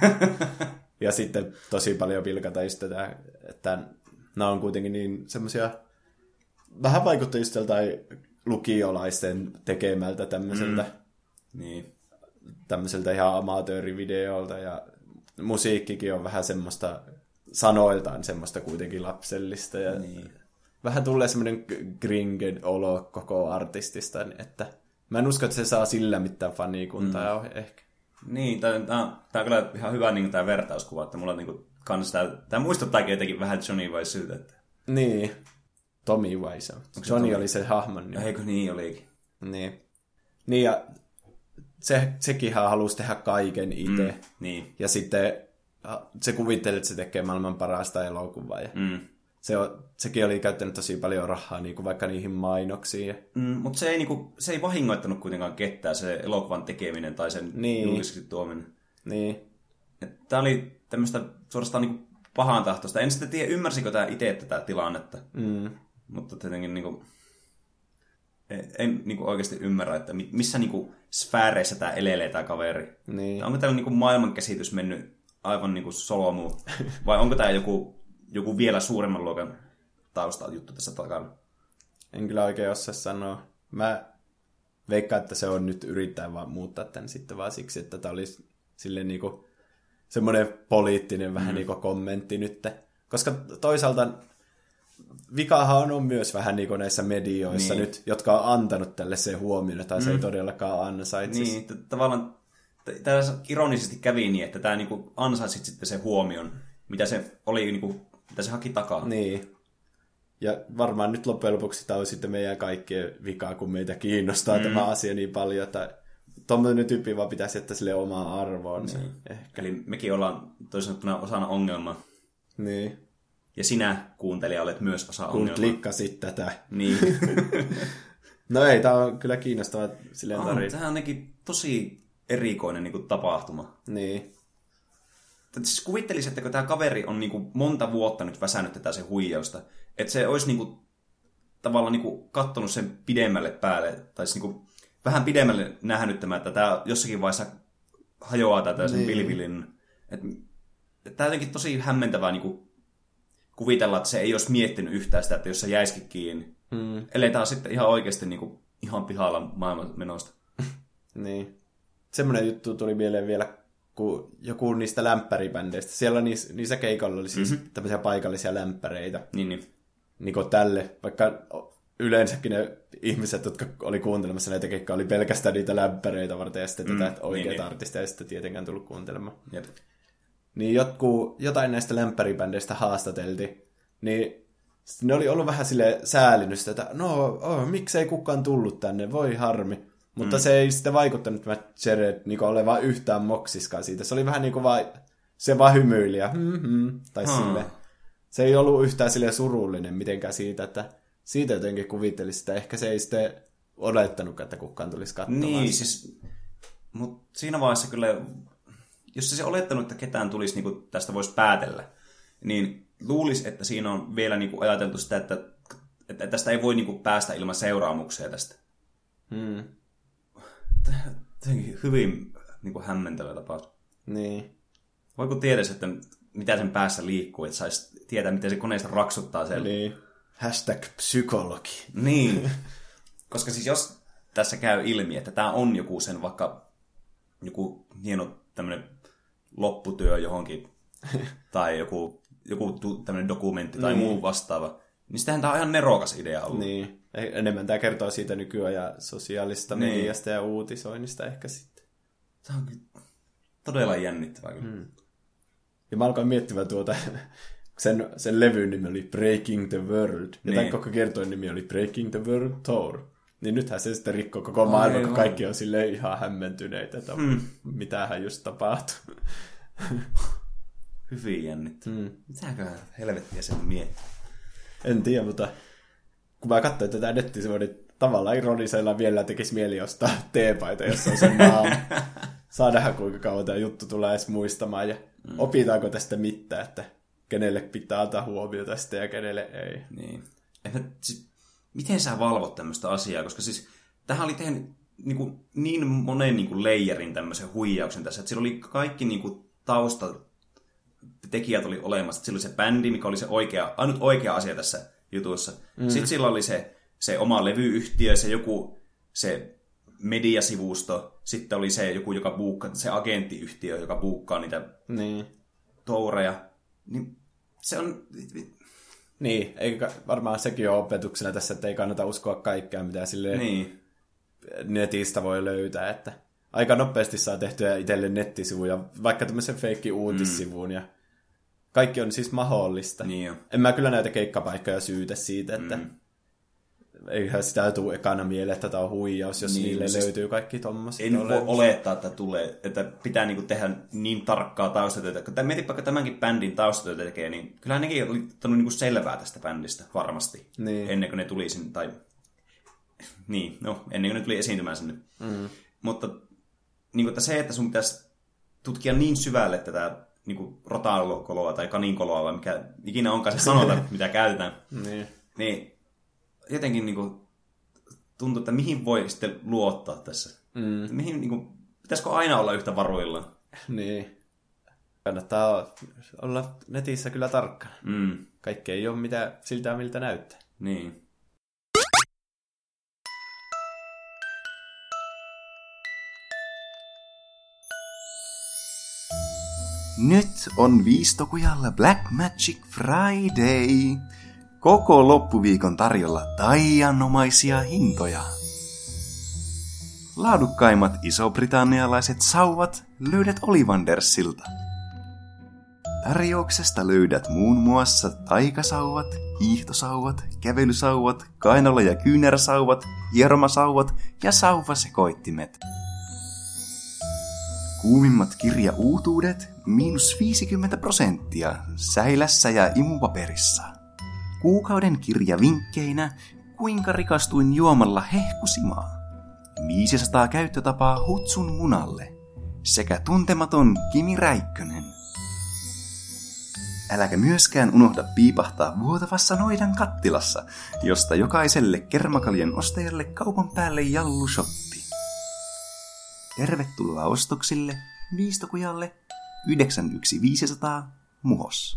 Ja sitten tosi paljon pilkata just tätä, että nämä on kuitenkin niin semmoisia vähän vaikuttaa just tai lukiolaisten tekemältä tämmöiseltä, mm. niin. tämmöiseltä ihan amatöörivideolta ja musiikkikin on vähän semmoista sanoiltaan semmoista kuitenkin lapsellista ja niin. vähän tulee semmoinen gringed olo koko artistista, että mä en usko, että se saa sillä mitään fanikuntaa mm. ehkä. Niin, tämä on kyllä ihan hyvä niin tämä vertauskuva, että mulla niin kans tämä muistuttaakin jotenkin vähän Johnny Wiseauta. Että... Niin, Tommy Wiseau. Johnny Tommy? Oli se hahmon. Niin. Eikö niin olikin? Niin. Niin ja se, sekin halusi tehdä kaiken itse. Mm, niin. Ja sitten se kuvitteli, että se tekee maailman parasta elokuvaa. Ja mm. se on, sekin oli käyttänyt tosi paljon rahaa niin kuin vaikka niihin mainoksiin. Mm, mutta se ei, niin kuin, se ei vahingoittanut kuitenkaan ketään, se elokuvan tekeminen tai sen niin. julkisesti tuominen. Niin. Tämä oli tämmöistä suorastaan niin pahan tahtoista. En sitten tiedä, ymmärsikö tämä itse tätä tilannetta. Mm. Mutta tietenkin niin kuin, en niin kuin oikeasti ymmärrä, että missä niin kuin sfääreissä tämä elelee tämä kaveri. Niin. Onko tämä niin kuin maailmankäsitys mennyt aivan niin kuin solomuun? Vai onko tämä joku, joku vielä suuremman luokan taustajuttu tässä takana? En kyllä oikein osaa sanoa. Mä veikkaan, että se on nyt yrittää vaan muuttaa tämän sitten vaan siksi, että tämä olisi silleen niin kuin semmoinen poliittinen mm. vähän niin kuin kommentti nyt. Koska toisaalta vikahan on myös vähän niin kuin näissä medioissa niin. nyt, jotka on antanut tälle sen huomioon, tai mm. se ei todellakaan ansaitsisi. Niin, t- tavallaan tämä ironisesti kävi niin, että tämä niinku ansaitsit sitten sen huomion, mitä se oli, niinku, mitä se haki takaa. Niin. Ja varmaan nyt loppujen lopuksi tämä on sitten meidän kaikkien vikaa, kun meitä kiinnostaa mm. tämä asia niin paljon, että tuommoinen tyyppi vaan pitäisi jättää sille omaa arvoon. Niin. Ehkä. Eli mekin ollaan toisaalta osana ongelmaa. Niin. Ja sinä, kuuntelija, olet myös osa kun ongelmaa. Kun klikkasit tätä. Niin. No ei, tämä on kyllä kiinnostava silleen tarina. Tämä on ainakin tosi erikoinen niin kuin tapahtuma. Niin. Siis kuvittelisitteko, tämä kaveri on niin kuin monta vuotta nyt väsännyt tätä se huijausta, että se olisi niin kuin, tavallaan niin kuin kattonut sen pidemmälle päälle, tai siis niin kuin vähän pidemmälle nähnyt tämä, että tämä jossakin vaiheessa hajoaa tätä sen niin. pilvilin. Että, että tämä on jotenkin tosi hämmentävää niin kuin kuvitella, että se ei olisi miettinyt yhtään sitä, että jos se jäisikin kiinni. Hmm. Ellei tämä on sitten ihan oikeasti niin kuin, ihan pihalla maailman menosta. Niin. Semmoinen juttu tuli mieleen vielä, kun joku niistä lämpäribändeistä. Siellä niissä, niissä keikoilla oli siis mm-hmm. tämmöisiä paikallisia lämpäreitä. Niin, niin. Niin kuin tälle. Vaikka yleensäkin ne ihmiset, jotka oli kuuntelemassa näitä keikkoja, oli pelkästään niitä lämpäreitä varten ja sitten mm, tätä oikeat niin, artistia ei sitten tietenkään tullut kuuntelemaan. Jep. Niin jotkut, jotain näistä lämpäribändeistä haastateltiin, niin ne oli ollut vähän sille säälinyt sitä, että no, oh, miksei kukaan tullut tänne, voi harmi. Mutta mm. se ei sitten vaikuttanut Jared niin olevan yhtään moksiskaan siitä. Se oli vähän niin kuin vaan, se vaan hymyili ja mm-hmm, tai hmm. sille. Se ei ollut yhtään sille surullinen mitenkään siitä, että siitä jotenkin kuvittelisi sitä. Ehkä se ei sitten olettanutkaan, että kukaan tulisi katsomaan. Niin, siis, mutta siinä vaiheessa kyllä, jos se olettanut, että ketään tulisi, niin kuin tästä voisi päätellä, niin luulisi, että siinä on vielä niin kuin ajateltu sitä, että, että tästä ei voi niin kuin päästä ilman seuraamuksia tästä. Hmm. Hyvin niin kuin hämmentävä tapaus. Niin. Voiko tietäisi, että mitä sen päässä liikkuu, että saisi tietää, miten se koneesta raksuttaa siellä. Niin. Hashtag psykologi. Niin. Koska siis jos tässä käy ilmi, että tämä on joku sen vaikka joku hieno tämmöinen lopputyö johonkin, tai joku, joku tämmöinen dokumentti tai niin. muu vastaava, niin sitähän tämä on ihan nerokas idea ollut. Niin. Enemmän tämä kertoo siitä nykyajan sosiaalista niin. mediasta ja uutisoinnista ehkä sitten. Tämä on todella jännittävää kyllä. Hmm. Ja mä alkoin miettimään tuota, sen, sen levyn nimi oli Breaking the World. Ja niin. tämän koko kertojen nimi oli Breaking the World Tour. Niin nythän se sitten rikkoo koko maailma, kun kaikki on silleen ihan hämmentyneitä, että hmm. mitähän just tapahtuu. Hyvin jännittävää. Mm. Mitäköhän helvettiä se miettii? En tiedä, mutta kun mä katsoin tätä nettisivua, niin tavallaan ironisella vielä tekisi mieli ostaa teepaita, jossa on sen naama. Saa nähdä, kuinka kauan tämä juttu tulee edes muistamaan ja mm. opitaanko tästä mitään, että kenelle pitää antaa huomiota tästä ja kenelle ei. Niin. Että, siis, miten sä valvot tämmöistä asiaa? Koska siis tähän oli tehnyt niin, kuin, niin monen niin kuin leijerin tämmöisen huijauksen tässä, että sillä oli kaikki niin kuin, tausta tekijät oli olemassa. Sillä oli se bändi, mikä oli se oikea, ainut oikea asia tässä jutussa. Mm. Sitten sillä oli se, se oma levyyhtiö, se joku se mediasivusto. Sitten oli se joku, joka buukkaa, se agenttiyhtiö, joka buukkaa niitä niin. toureja. Niin se on... Niin, eikä varmaan sekin ole opetuksena tässä, että ei kannata uskoa kaikkea, mitä silleen niin. netistä voi löytää. Että aika nopeasti saa tehtyä itselle nettisivuja, vaikka tämmöisen feikki uutissivuun mm. ja kaikki on siis mahdollista. Niin en mä kyllä näitä keikkapaikkoja syytä siitä, että mm. eihän sitä tule ekana mieleen, että tämä on huijaus, jos niin, niille siis löytyy kaikki tommoset. En voi olettaa, että tulee, että pitää niinku tehdä niin tarkkaa taustatyötä. Mietit vaikka tämänkin bändin taustatyötä tekee, niin kyllähän nekin oli ottanut niinku selvää tästä bändistä varmasti. Niin. Ennen kuin ne tuli sinne, tai niin, no, ennen kuin ne tuli esiintymään sinne. Mm. Mutta niin kuin, että se, että sun pitäisi tutkia niin syvälle tätä niin rotakoloa tai kaninkoloa, vai mikä ikinä onkaan se sanota, mitä käytetään, niin. niin jotenkin niin kuin, tuntuu, että mihin voi sitten luottaa tässä. Mm. Mihin, niin kuin, pitäisikö aina olla yhtä varuilla? Niin. Kannattaa olla netissä kyllä tarkkana. Mm. Kaikki ei ole mitä, siltä, miltä näyttää. Niin. Nyt on Viistokujalla Black Magic Friday. Koko loppuviikon tarjolla taianomaisia hintoja. Laadukkaimmat iso-britannialaiset sauvat löydät Ollivandersilta. Tarjouksesta löydät muun muassa taikasauvat, hiihtosauvat, kävelysauvat, kainalo- ja kyynäräsauvat, hieromasauvat ja sauvasekoittimet. Kuumimmat kirjauutuudet miinus viisikymmentä prosenttia säilässä ja imupaperissa. Kuukauden kirjavinkkeinä kuinka rikastuin juomalla hehkusimaa. viisisataa käyttötapaa Hutsun munalle sekä tuntematon Kimi Räikkönen. Äläkä myöskään unohda piipahtaa vuotavassa noidan kattilassa, josta jokaiselle kermakaljen ostajalle kaupan päälle jallushotti. Tervetuloa ostoksille Viistokujalle yhdeksän yksi viisi nolla nolla Muhos.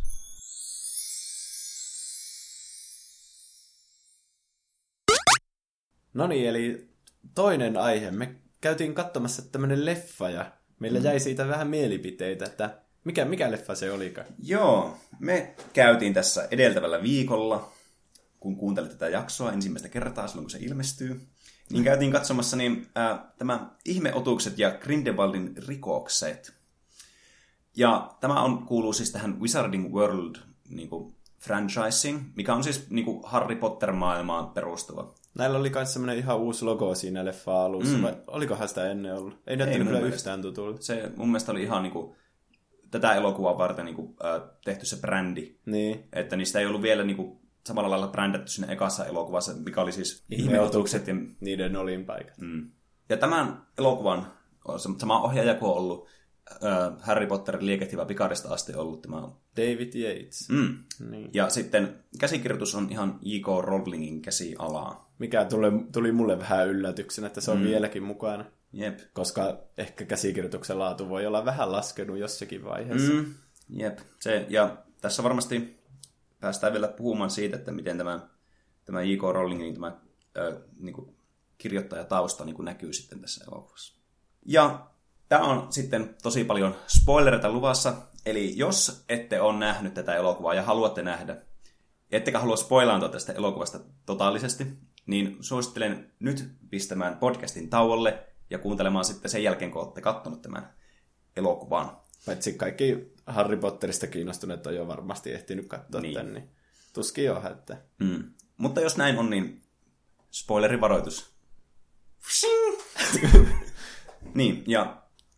No niin, eli toinen aihe. Me käytiin katsomassa tämmönen leffa ja meillä jäi siitä vähän mielipiteitä, että mikä, mikä leffa se olikaan? Joo, me käytiin tässä edeltävällä viikolla, kun kuuntelit tätä jaksoa ensimmäistä kertaa silloin, kun se ilmestyy. Niin käytiin katsomassa niin, äh, tämä Ihmeotukset ja Grindelwaldin rikokset. Ja tämä on, kuuluu siis tähän Wizarding World niin kuin franchising, mikä on siis niin kuin Harry Potter-maailmaan perustuva. Näillä oli myös semmoinen ihan uusi logo siinä leffa alussa, mm. vai olikohan sitä ennen ollut? Ei näyttänyt kyllä yhtään tutulta. Se mun mielestä oli ihan niin kuin, tätä elokuvaa varten niin kuin, äh, tehty se brändi. Niin. Että niistä ei ollut vielä niin kuin, samalla lailla brändätty sinne ekassa elokuvassa, mikä oli siis Ihmeotukset. Ja niiden olinpaikat. Mm. Ja tämän elokuvan, sama ohjaaja kuin on ollut äh, Harry Potterin liekehtivä pikadesta asti ollut tämä David Yates. Mm. Niin. Ja sitten käsikirjoitus on ihan J K. Rowlingin käsialaa. Mikä tuli, tuli mulle vähän yllätyksenä, että se on mm. vieläkin mukana. Jep. Koska ehkä käsikirjoituksen laatu voi olla vähän laskenut jossakin vaiheessa. Mm. Jep. Se, ja tässä varmasti päästään vielä puhumaan siitä, että miten tämä, tämä J K. Rowlingin tämä, äh, niin kuin kirjoittajatausta niin kuin näkyy sitten tässä elokuvassa. Ja tämä on sitten tosi paljon spoilereita luvassa, eli jos ette ole nähnyt tätä elokuvaa ja haluatte nähdä, ettekä halua spoilaantua tästä elokuvasta totaalisesti, niin suosittelen nyt pistämään podcastin tauolle ja kuuntelemaan sitten sen jälkeen, kun olette katsonut tämän elokuvan. Paitsi kaikki Harry Potterista kiinnostuneet on jo varmasti ehtinyt katsoa niin. Tämän, niin tuskin jo että... Mm. Mutta jos näin on, niin spoilerivaroitus. Niin, ja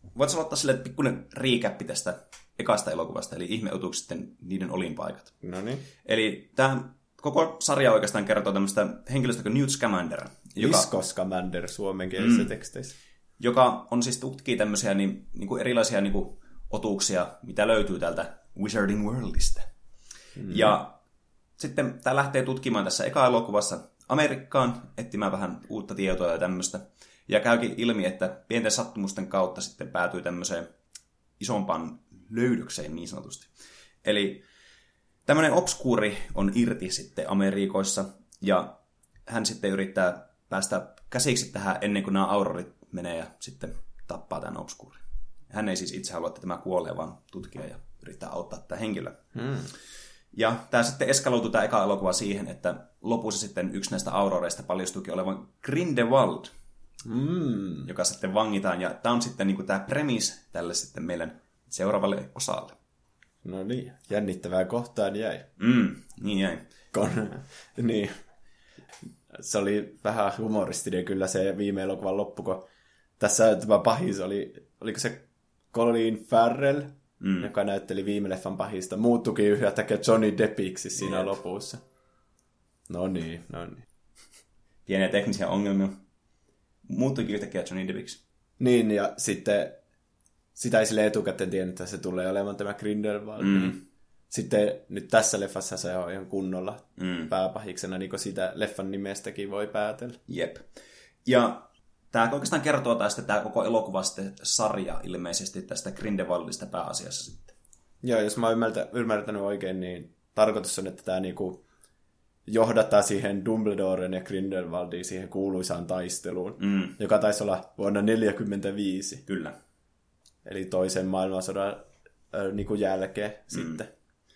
voitaisiin aloittaa silleen, että pikkuinen recappi tästä ekasta elokuvasta, eli ihmeotuuksisten niiden olinpaikat. No niin. Eli tämä koko sarja oikeastaan kertoo tämmöistä henkilöstä kuin Newt Scamander. Joka, Lisko Scamander suomenkielisissä mm, teksteissä. Joka on siis tutkii tämmöisiä niin, niin kuin erilaisia niin kuin otuuksia, mitä löytyy täältä Wizarding Worldista. Mm. Ja sitten tämä lähtee tutkimaan tässä eka elokuvassa Amerikkaan, etsimään vähän uutta tietoa ja tämmöistä. Ja käykin ilmi, että pienten sattumusten kautta sitten päätyy tämmöiseen isompaan löydökseen niin sanotusti. Eli tämmöinen obskuuri on irti sitten Amerikoissa, ja hän sitten yrittää päästä käsiksi tähän ennen kuin nämä aurorit menee ja sitten tappaa tämän obskuurin. Hän ei siis itse halua, että tämä kuolee, vaan tutkia ja yrittää auttaa tätä henkilöä. Hmm. Ja tämä sitten eskaloituu tämä eka elokuva siihen, että lopussa sitten yksi näistä auroreista paljastuikin olevan Grindelwald, mm. joka sitten vangitaan. Ja tämä on sitten niin kuin tämä premis tälle sitten meidän seuraavalle osalle. No niin, jännittävää kohtaan jäi. Mm, niin jäi. Kon, niin. Se oli vähän humoristinen kyllä se viime elokuvan loppu, kun tässä tämä pahis oli, oliko se Colin Farrell, mm. joka näytteli viime leffan pahista, muuttukin yhtäkkiä Johnny Deppiksi siinä Jep. lopussa. No niin, no niin. Pieniä teknisiä ongelmia. Muuttuikin yhtäkkiä Johnny Deppiksi. Niin, ja sitten sitä ei sille etukäteen tiennyt, että se tulee olemaan tämä Grindelwald. Mm. Sitten nyt tässä leffassa se on ihan kunnolla mm. pääpahiksena, niin kuin siitä leffan nimestäkin voi päätellä. Jep. Ja tämä oikeastaan kertoo tästä tämä koko elokuva sitten sarja ilmeisesti tästä Grindelwaldista pääasiassa sitten. Joo, jos mä oon ymmärtänyt oikein, niin tarkoitus on, että tämä niinku johdattaa siihen Dumbledoren ja Grindelwaldin siihen kuuluisaan taisteluun, mm. joka taisi olla vuonna neljäkymmentäviisi. Kyllä. Eli toisen maailmansodan äh, niinku jälkeen mm. sitten.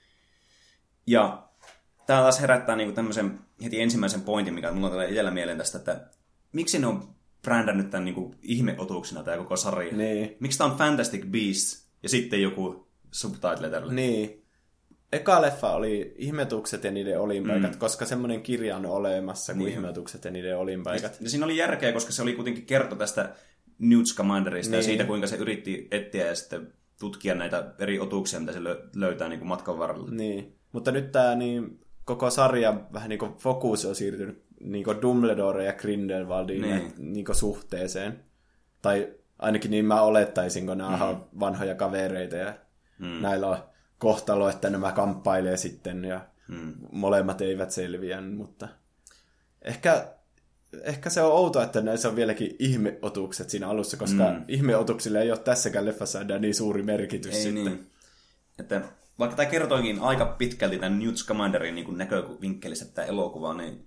Ja tämä taas herättää niinku tämmöisen heti ensimmäisen pointin, mikä mulla tulee itsellä mieleen tästä, että miksi ne on brändännyt tämän niinku ihmeotuuksina tämä koko sarja? Niin. Miksi tämä on Fantastic Beasts ja sitten joku subtitle tälle? Niin. Eka leffa oli Ihmetukset ja niiden olinpaikat, mm. koska semmoinen kirja on olemassa kuin niin. Ihmetukset ja niiden olinpaikat. Ja siinä oli järkeä, koska se oli kuitenkin kerto tästä Newt Scamanderista niin. ja siitä, kuinka se yritti etsiä ja sitten tutkia näitä eri otuuksia, mitä se löytää niin kuin matkan varrella. Niin, mutta nyt tämä niin, koko sarja vähän niin kuin fokus on siirtynyt niin kuin Dumbledore ja Grindelwaldin niin. niin kuin suhteeseen. Tai ainakin niin mä olettaisin, kun nämä mm. on vanhoja kavereita ja mm. näillä on kohtalo, että nämä kamppailee sitten ja mm. molemmat eivät selviä, mutta ehkä, ehkä se on outoa, että näissä on vieläkin ihmeotukset siinä alussa, koska mm. ihmeotuksilla ei ole tässäkään leffassa enää niin suuri merkitys ei sitten. Niin. Että vaikka tämä kertoikin aika pitkälti tämän Newt Scamanderin niin näkövinkkelissä tätä elokuvaa, niin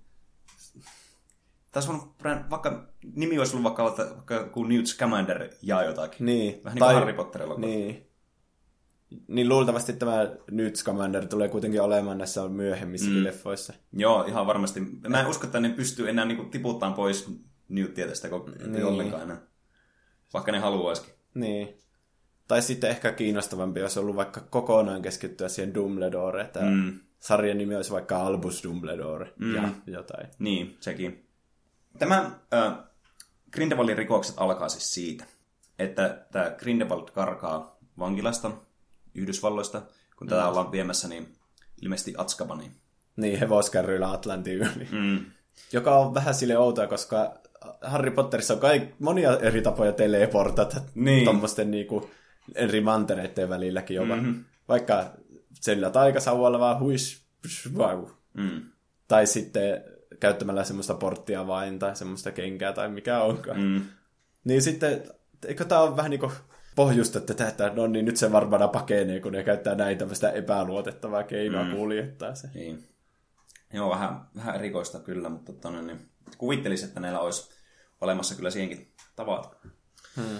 tässä on, vaikka nimi olisi ollut vaikka, vaikka kun Newt Scamander jaa jotakin. Niin. Vähän niin kuin Harry Potter-elokuva. Niin. Niin luultavasti tämä Newt Scamander tulee kuitenkin olemaan näissä myöhemmissäkin mm. leffoissa. Joo, ihan varmasti. Mä en usko, että ne pystyy enää niin tiputtaan pois Newtia tästä niin. ollenkaan enää. Vaikka ne haluaisikin. Niin. Tai sitten ehkä kiinnostavampi olisi ollut vaikka kokonaan keskittyä siihen Dumbledore, että mm. sarjan nimi olisi vaikka Albus Dumbledore mm. ja jotain. Niin, sekin. Tämä äh, Grindelwaldin rikokset alkaa siis siitä, että tämä Grindelwald karkaa vankilasta Yhdysvalloista, kun mm. tätä ollaan viemässä niin ilmeisesti Azkabaniin. Niin, hevoskärryillä Atlantin yli. Mm. Joka on vähän sille outoa, koska Harry Potterissa on kaik- monia eri tapoja teleportata niin. Tuommoisten niinku eri mantereiden välilläkin jopa. Mm-hmm. Vaikka sillä taikasauvalla vaan huis, psh, vau. Mm. Tai sitten käyttämällä semmoista porttia vain tai semmoista kenkää tai mikä onkaan. Mm. Niin sitten, eikö tää ole vähän niinku pohjustettu tätä, että no niin, nyt se varmaan pakenee, kun ne käyttää näin tämmöistä epäluotettavaa keinoa mm. kuljettaa se. Niin. Joo, vähän, vähän erikoista kyllä, mutta tonne, niin kuvittelisin, että näillä olisi olemassa kyllä siihenkin tavat. Hmm.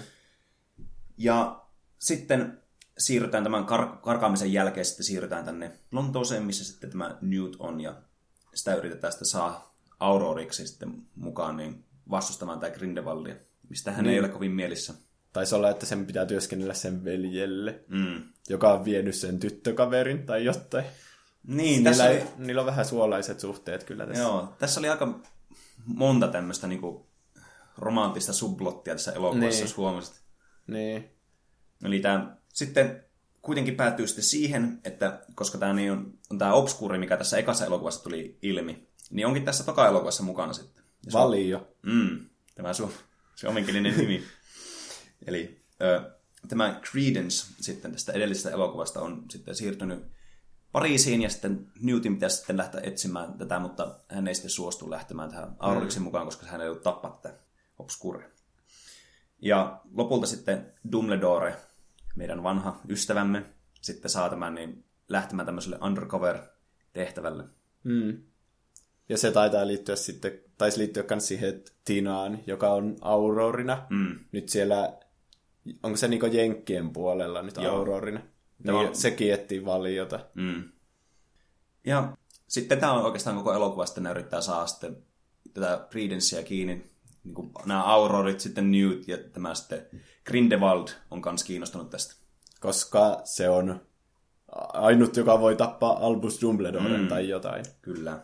Ja sitten siirrytään tämän kar- karkaamisen jälkeen, sitten siirrytään tänne Lontooseen, missä sitten tämä Newt on, ja sitä yritetään sitten saa Auroriksi sitten mukaan niin vastustamaan tämä Grindelwaldia, mistä hän niin. ei ole kovin mielissä. Taisi olla, että sen pitää työskennellä sen veljelle, mm. joka on vienyt sen tyttökaverin tai jotain. Niin, niillä, tässä ei, oli... niillä on vähän suolaiset suhteet kyllä tässä. Joo, tässä oli aika monta tämmöistä niinku romanttista sublottia tässä elokuvassa, niin. jos huomasit. Niin. Eli tämä sitten kuitenkin päättyy sitten siihen, että koska tämä niin on, on tämä obskuuri, mikä tässä ekassa elokuvassa tuli ilmi, niin onkin tässä toka elokuvassa mukana sitten. Valio. Mm, tämä su- suomenkielinen nimi. Eli ö, tämä Credence sitten tästä edellisestä elokuvasta on sitten siirtynyt Pariisiin, ja sitten Newtin pitäisi sitten lähteä etsimään tätä, mutta hän ei sitten suostu lähtemään tähän Auroriksin mm. mukaan, koska hän ei ollut tappaa tätä obskuuria. Ja lopulta sitten Dumbledore, meidän vanha ystävämme, sitten saa tämän niin lähtemään tämmöiselle undercover-tehtävälle. Mm. Ja se taitaa liittyä sitten, taisi liittyä myös siihen Tinaan, joka on Aurorina. Mm. Nyt siellä, onko se niinku Jenkkien puolella nyt Joo. Aurorina? Niin on... sekin etsii Valiota. Mm. Ja sitten tämä on oikeastaan koko elokuva, sitten ne yrittää saada sitten tätä Credencea kiinni. Niin kuin nämä Aurorit, sitten Newt ja tämä sitten Grindelwald on myös kiinnostunut tästä. Koska se on ainut, joka voi tappaa Albus Dumbledoren mm. tai jotain. Kyllä.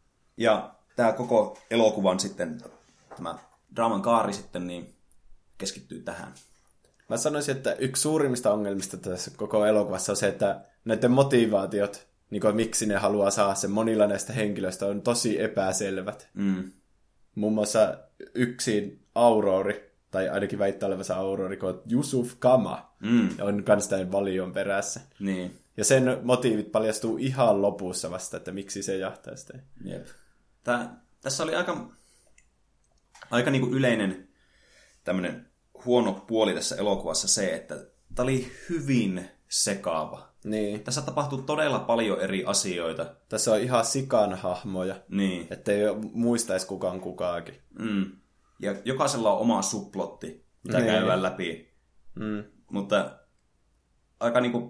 Ja tämä koko elokuvan sitten, tämä draaman kaari sitten, niin keskittyy tähän. Mä sanoisin, että yksi suurimmista ongelmista tässä koko elokuvassa on se, että näiden motivaatiot, niin kuin miksi ne haluaa saada sen monilla näistä henkilöistä, on tosi epäselvät. Mm. Muun muassa yksi Aurori, tai ainakin väittää olevansa Aurori, kun Yusuf Kama mm. on kans tämän Valion perässä. Niin. Ja sen motiivit paljastuu ihan lopussa vasta, että miksi se jahtaa sitä. Jep. Tää, tässä oli aika, aika niinku yleinen tämmönen huono puoli tässä elokuvassa se, että tämä oli hyvin sekaava. Niin. Tässä tapahtuu todella paljon eri asioita. Tässä on ihan sikan hahmoja, niin. ettei muistaisi kukaan kukaakin. Mm. Ja jokaisella on oma subplotti, mitä niin. käydään läpi. Mm. Mutta aika niinku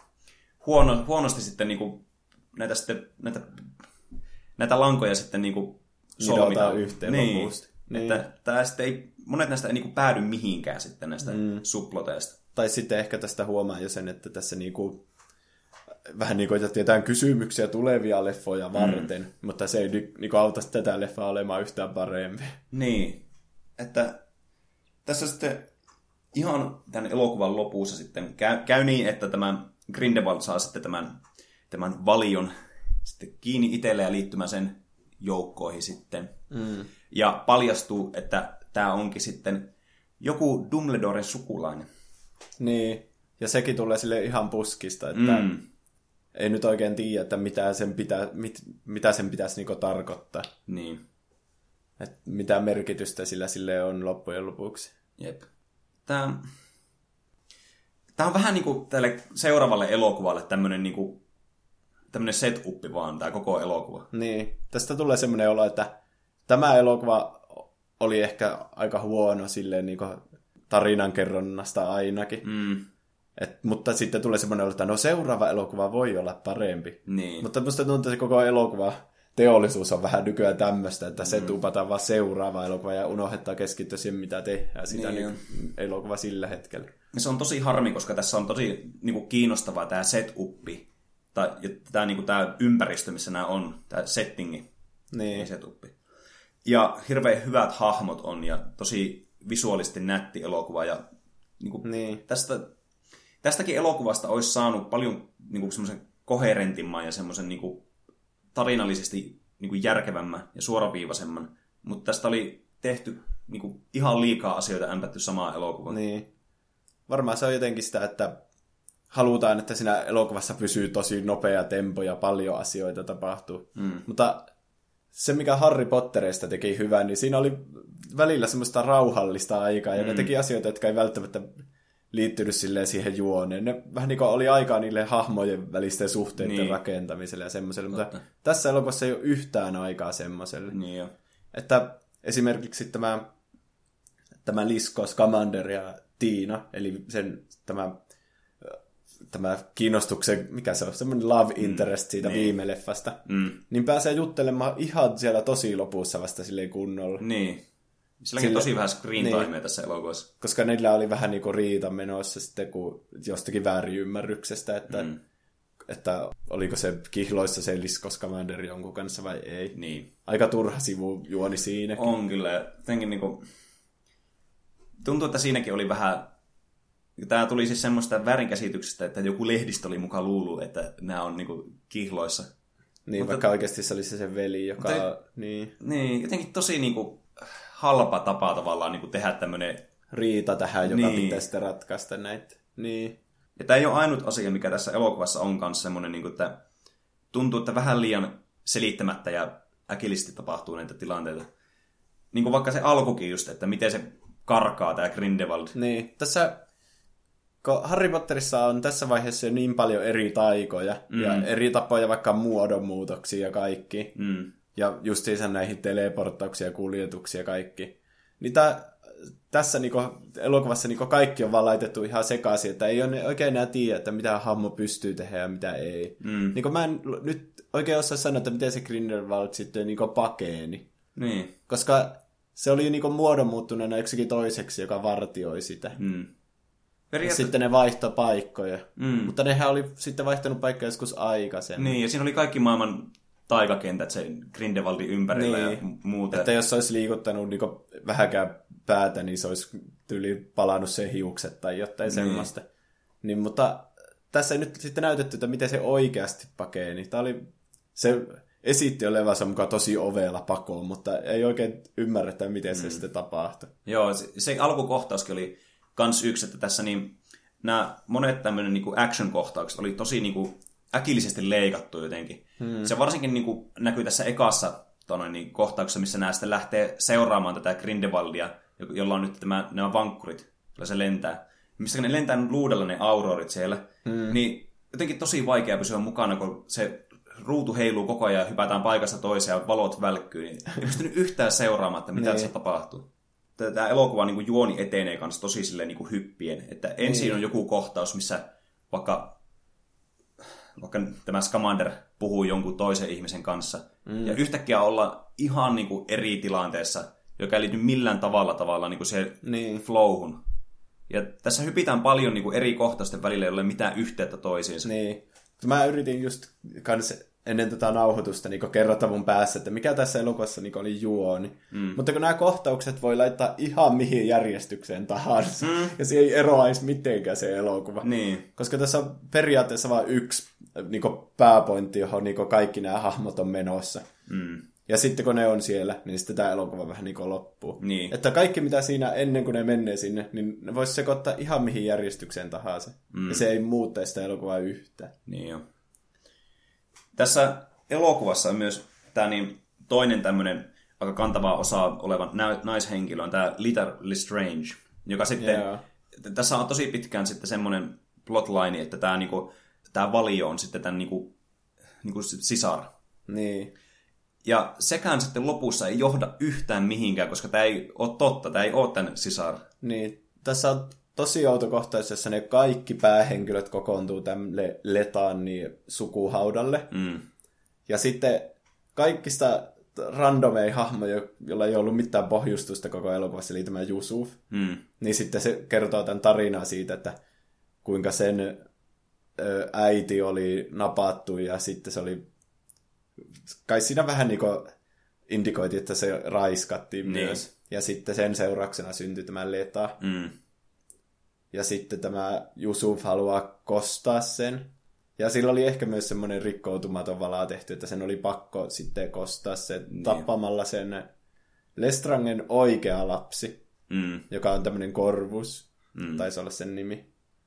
huono, huonosti sitten niinku näitä, sitten, näitä, näitä lankoja sitten niinku solmitaan yhteen niin. lopusti. Niin. Että tää sitten ei, monet näistä ei niinku päädy mihinkään sitten näistä mm. subploteista. Tai sitten ehkä tästä huomaa jo sen, että tässä niinku vähän niin kuin jotain kysymyksiä tulevia leffoja varten, mm. mutta se ei niinku auta tätä leffaa olemaan yhtään parempi. Niin, että tässä sitten ihan tämän elokuvan lopussa sitten käy, käy niin, että tämä Grindelwald saa sitten tämän, tämän valion sitten kiinni itselleen ja liittymään sen joukkoihin sitten. Mm. Ja paljastuu, että tämä onkin sitten joku Dumbledoren sukulainen. Niin, ja sekin tulee sille ihan puskista, että mm. ei nyt oikein tiedä, että mitä sen, pitä, mit, mitä sen pitäisi niinku tarkoittaa. Niin. Että mitä merkitystä sillä sille on loppujen lopuksi. Jep. Tämä, tämä on vähän niin kuin tälle seuraavalle elokuvalle tämmöinen niin kuin, tämmöinen set-uppi vaan, tämä koko elokuva. Niin, tästä tulee semmoinen olo, että tämä elokuva oli ehkä aika huono silleen niin kuin tarinankerronnasta ainakin. Mm. Et, mutta sitten tulee semmoinen olo, että no seuraava elokuva voi olla parempi. Niin. Mutta musta tuntuu, että se koko elokuva teollisuus on vähän nykyään tämmöistä, että se mm. tupataan vaan seuraava elokuva ja unohdetaan keskittyä siihen, mitä tehdään sitä niin elokuva sillä hetkellä. Ja se on tosi harmi, koska tässä on tosi niin kuin kiinnostavaa tämä set-uppi, tai tämä, niin kuin, tämä ympäristö, missä nämä on, tämä settingi, niin. set-uppi. Ja hirveän hyvät hahmot on, ja tosi visuaalisesti nätti elokuva, ja niin kuin, niin. tästä, tästäkin elokuvasta olisi saanut paljon niin kuin, semmoisen koherentimman ja semmoisen niin kuin, tarinallisesti niin kuin järkevämmän ja suoraviivaisemman, mutta tästä oli tehty niin kuin, ihan liikaa asioita ämpätty samaan elokuvaan. Niin. Varmaan se on jotenkin sitä, että halutaan, että siinä elokuvassa pysyy tosi nopea tempo ja paljon asioita tapahtuu. Mm. Mutta se, mikä Harry Potterista teki hyvän, niin siinä oli välillä semmoista rauhallista aikaa, ja mm. ne teki asioita, jotka ei välttämättä liittynyt silleen siihen juoneen. Ne vähän niin kuin oli aikaa niille hahmojen välisten suhteiden niin. rakentamiselle ja semmoiselle, mutta tässä elokuvassa ei ole yhtään aikaa semmoiselle. Niin jo. Että esimerkiksi tämä, tämä Lisko, Scamander ja Tiina, eli sen tämä, tämä kiinnostuksen, mikä se on, semmoinen love interest siitä mm. viime leffasta, mm. niin pääsee juttelemaan ihan siellä tosi lopussa vasta silleen kunnolla. Niin. Silläkin Sillä, tosi vähän screen timea niin, tässä elokuvassa. Koska niillä oli vähän niin kuin riita menossa sitten kun jostakin väärinymmärryksestä, että, mm. että oliko se kihloissa se Lisko Scamander jonkun kanssa vai ei. Niin. Aika turha sivujuoni siinäkin. On kyllä. Jotenkin niin kuin, tuntuu, että siinäkin oli vähän tämä tuli siis semmoista väärinkäsityksestä, että joku lehdistö oli mukaan luullut, että nämä on niinku kihloissa. Niin, mutta, vaikka oikeasti se oli se sen veli, joka... Mutta, niin. niin, jotenkin tosi niinku halpa tapa tavallaan niinku tehdä tämmöinen... riita tähän, joka niin. pitää sitten ratkaista näitä. Niin. Ja tämä ei ole ainut asia, mikä tässä elokuvassa on kanssa semmoinen, niinku, että tuntuu, että vähän liian selittämättä ja äkillisesti tapahtuu näitä tilanteita. Niin kuin vaikka se alkukin just, että miten se karkaa, tämä Grindelwald. Niin, tässä... Kun Harry Potterissa on tässä vaiheessa jo niin paljon eri taikoja mm. ja eri tapoja vaikka muodonmuutoksia ja kaikki. Mm. Ja justiinsa näihin teleporttauksia ja kuljetuksia ja kaikki. Niin tää, tässä niinku, elokuvassa niinku kaikki on vaan laitettu ihan sekaisin, että ei ole oikein enää tiedä, että mitä hahmo pystyy tehdä ja mitä ei. Mm. Niinku mä en nyt oikein osaa sanoa, että miten se Grindelwald sitten niinku pakeeni. Niin. Koska se oli niinku muodonmuuttuneena yksikin toiseksi, joka vartioi sitä. Mm. Periaatteessa... Sitten ne vaihtoi paikkoja. Mm. Mutta nehän oli sitten vaihtanut paikkoja joskus aikaisemmin. Niin, ja siinä oli kaikki maailman taikakentät se Grindelwaldin ympärillä niin. ja muuta. Että jos se olisi liikuttanut niin vähäkään päätä, niin se olisi tyyli palannut sen hiukset tai jotain niin. semmoista. Niin, mutta tässä ei nyt sitten näytetty, että miten se oikeasti pakeeni. Tämä oli... Se esitti olevansa mukaan tosi ovela pakoon, mutta ei oikein ymmärretä, miten mm. se sitten tapahtui. Joo, se, se alkukohtauskin oli... Kans yksi, että tässä niin, nämä monet tämmöinen niin action-kohtaukset oli tosi niin kuin, äkillisesti leikattu jotenkin. Hmm. Se varsinkin niin kuin, näkyy tässä ekassa tonne, niin, kohtauksessa, missä nämä sitten lähtee seuraamaan tätä Grindelwaldia, jolla on nyt tämä, nämä vankkurit, jolla se lentää. Missä ne lentää luudella ne aurorit siellä, hmm. niin jotenkin tosi vaikea pysyä mukana, kun se ruutu heiluu koko ajan, hypätään paikasta toiseen ja valot välkkyy, niin ei pystynyt yhtään seuraamaan, että mitä tässä tapahtuu. Tämä elokuva niin kuin juoni etenee kanssa tosi silleen niin kuin hyppien. Että ensin niin. on joku kohtaus, missä vaikka, vaikka tämä Scamander puhuu jonkun toisen ihmisen kanssa. Mm. Ja yhtäkkiä olla ihan niin kuin eri tilanteessa, joka ei liity millään tavalla tavalla niin kuin siihen niin. flowhun. Ja tässä hypitään paljon niin kuin eri kohtausten välillä, joilla ei ole mitään yhteyttä toisiinsa. Niin. Mä yritin just kans ennen tätä nauhoitusta niin kerrota mun päässä, että mikä tässä elokuvassa niin oli juoni. Mm. Mutta kun nämä kohtaukset voi laittaa ihan mihin järjestykseen tahansa, mm. ja se ei eroaisi mitenkään se elokuva. Niin. Koska tässä on periaatteessa vain yksi niin pääpointti, johon niin kaikki nämä hahmot on menossa. Mm. Ja sitten kun ne on siellä, niin sitten tämä elokuva vähän niin loppuu. Niin. Että kaikki mitä siinä ennen kuin ne menee sinne, niin ne voisi sekoittaa ihan mihin järjestykseen tahansa. Mm. Ja se ei muuttaisi sitä elokuvaa yhtään. Niin jo. Tässä elokuvassa on myös tämä niin toinen tämmöinen aika kantava osa oleva naishenkilö on tämä Little Lestrange, joka sitten, yeah. tässä on tosi pitkään sitten semmoinen plotline, että tämä, niinku, tämä Valio on sitten tämän niinku, niinku sisar. Niin. Ja sekään sitten lopussa ei johda yhtään mihinkään, koska tämä ei ole totta, tämä ei ole tämän sisar. Niin, tässä on tosi outo kohtaus, jossa ne kaikki päähenkilöt kokoontuu tämmölle Letani sukuhaudalle. Mm. Ja sitten kaikista randomei hahmoja, jolla ei ollut mitään pohjustusta koko elokuvassa, eli tämä Yusuf. Mm. Niin sitten se kertoo tämän tarinaa siitä, että kuinka sen ö, äiti oli napattu ja sitten se oli... Kai siinä vähän niin kuin indikoiti, että se raiskattiin niin. myös. Ja sitten sen seurauksena syntyi tämä Leta. Mm. Ja sitten tämä Yusuf haluaa kostaa sen. Ja sillä oli ehkä myös semmoinen rikkoutumaton valaa tehty, että sen oli pakko sitten kostaa se niin. tappamalla sen Lestrangen oikea lapsi, mm. joka on tämmöinen Corvus. Mm. Taisi olla sen nimi.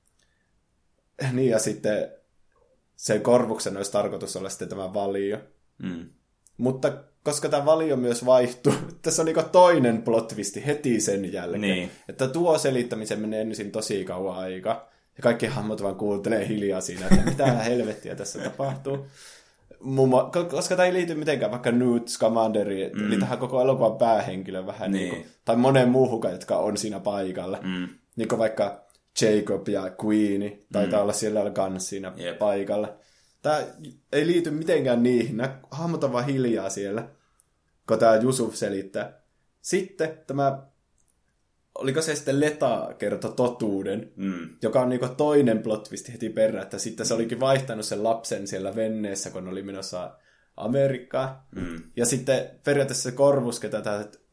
Niin ja sitten sen Corvuksen olisi tarkoitus olla sitten tämä Valio. Mm. Mutta koska tämä Valio myös vaihtuu, tässä on niinku toinen plot twisti heti sen jälkeen. Niin. Että tuo selittämisen menee ensin tosi kauan aika. Ja kaikki hahmot vaan kuuntelee hiljaa siinä, että mitä helvettiä tässä tapahtuu. Mummo, koska tämä ei liity mitenkään vaikka Newt Scamanderiin, mm. eli tähän koko elokuvan päähenkilö vähän, niin. Niin kuin, tai moneen muuhun, jotka on siinä paikalla. Mm. Niin kuin vaikka Jacob ja Queenie, taitaa mm. olla siellä kanssa siinä yep. paikalla. Tämä ei liity mitenkään niihin. Nämä hahmot on vaan hiljaa siellä, kun tämä Yusuf selittää. Sitten tämä, oliko se sitten Leta kertoi totuuden, mm. joka on niinku toinen plot twist heti perään, että sitten se olikin vaihtanut sen lapsen siellä venneessä, kun oli menossa Amerikkaan. Mm. Ja sitten periaatteessa se Corvus, ketä tämä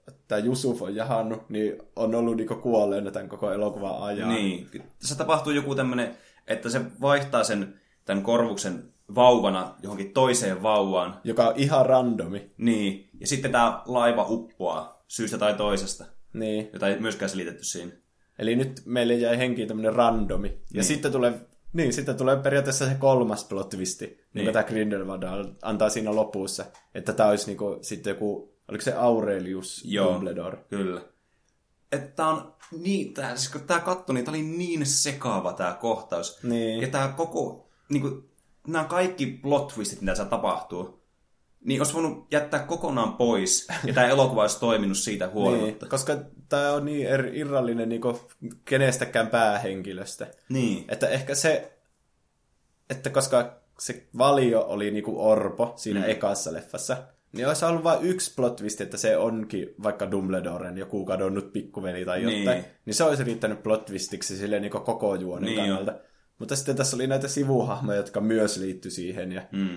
tämä Yusuf on jahannut, niin on ollut niinku kuolleena tämän koko elokuvan ajan. Niin. Tässä tapahtuu joku tämmöinen, että se vaihtaa sen tämän Korvuksen vauvana johonkin toiseen vauvaan. Joka on ihan randomi. Niin. Ja sitten tämä laiva uppoaa syystä tai toisesta. Niin. Jota ei myöskään selitetty siinä. Eli nyt meille jäi henkiin tämmöinen randomi. Ja niin. sitten tulee, niin, sitten tulee periaatteessa se kolmas plot twisti, niin. jonka tämä Grindelwald antaa siinä lopussa. Että tämä olisi niinku sitten joku, oliko se Aurelius Joo, Dumbledore? Kyllä. Että tämä on niin, tää, siis kun tämä katsoi, niin tämä oli niin sekaava tämä kohtaus. Niin. Ja tämä koko, niinku, nämä kaikki plot twistit, mitä tässä tapahtuu, niin olisi voinut jättää kokonaan pois, ja tämä elokuva olisi toiminut siitä huolimatta. Niin, koska tämä on niin er, irrallinen niin kenestäkään päähenkilöstä. Niin. Että ehkä se, että koska se Valio oli niin kuin orpo siinä mm. ekassa leffassa, niin olisi ollut vain yksi plot twist, että se onkin vaikka Dumbledoren joku kadonnut pikkuveli tai jotain. Niin, niin se olisi riittänyt plot twistiksi silleen niin koko juonen niin kannalta. Jo. Mutta sitten tässä oli näitä sivuhahmoja, jotka myös liittyi siihen ja mm.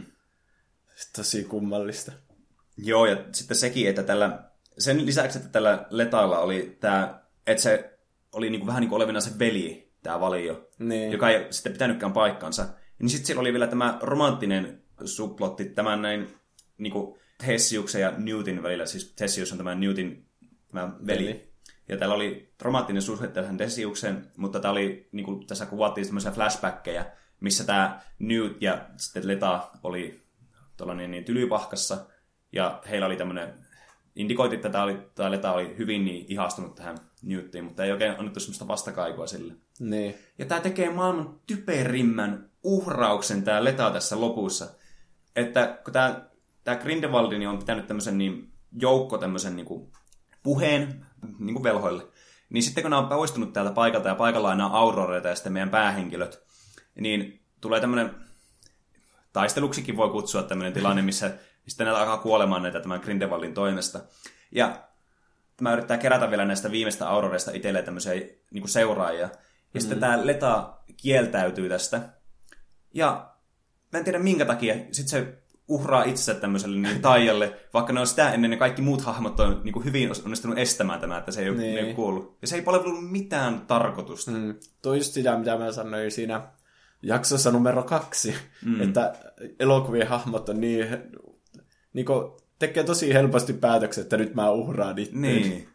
tosi kummallista. Joo, ja sitten sekin, että tällä, sen lisäksi, että tällä Letalla oli tämä, että se oli niinku vähän niin kuin olevina se veli, tämä Valio, niin. joka ei sitten pitänytkään paikkansa. Niin sitten siellä oli vielä tämä romanttinen subplotti, tämän näin niinku Theseuksen ja Newtin välillä, siis Theseus on tämä Newtin tämä veli. veli. Ja täällä oli romanttinen suhde tähän Theseukseen, mutta tää oli, niin kuin tässä kuvattiin tämmöisiä flashbackkejä, missä tämä Newt ja sitten Leta oli tuollainen niin tylypahkassa, ja heillä oli tämmöinen, indikoitiin, että tämä, oli, tämä Leta oli hyvin niin ihastunut tähän Newtiin, mutta ei oikein annettu semmoista vastakaikua sille. Niin. Ja tämä tekee maailman typerimmän uhrauksen tämä Leta tässä lopussa, että kun tämä, tämä Grindelwald on pitänyt tämmöisen niin joukko tämmöisen niin kuin puheen niin kuin velhoille. Niin sitten kun nämä on poistunut täältä paikalta ja paikalla on nämä auroreita ja sitten meidän päähenkilöt, niin tulee tämmöinen, taisteluksikin voi kutsua tämmöinen tilanne, missä sitten näitä alkaa kuolemaan näitä tämän Grindelwaldin toimesta. Ja tämä yrittää kerätä vielä näistä viimeistä auroreista itselleen tämmöisiä niin kuin seuraajia. Ja mm-hmm. sitten tämä Leta kieltäytyy tästä. Ja mä en tiedä minkä takia, sitten se uhraa itsensä tämmöiselle niin taijalle, vaikka ne on sitä ennen ne kaikki muut hahmot on niin kuin hyvin onnistunut estämään tämä, että se ei ole, niin. ei ole kuollut. Ja se ei palvellut mitään tarkoitusta. Mm. Tuo on just sitä, mitä mä sanoin siinä jaksossa numero kaksi, mm. että elokuvien hahmot on niin, niin kuin, tekee tosi helposti päätöksen, että nyt mä uhraan itse. Niin.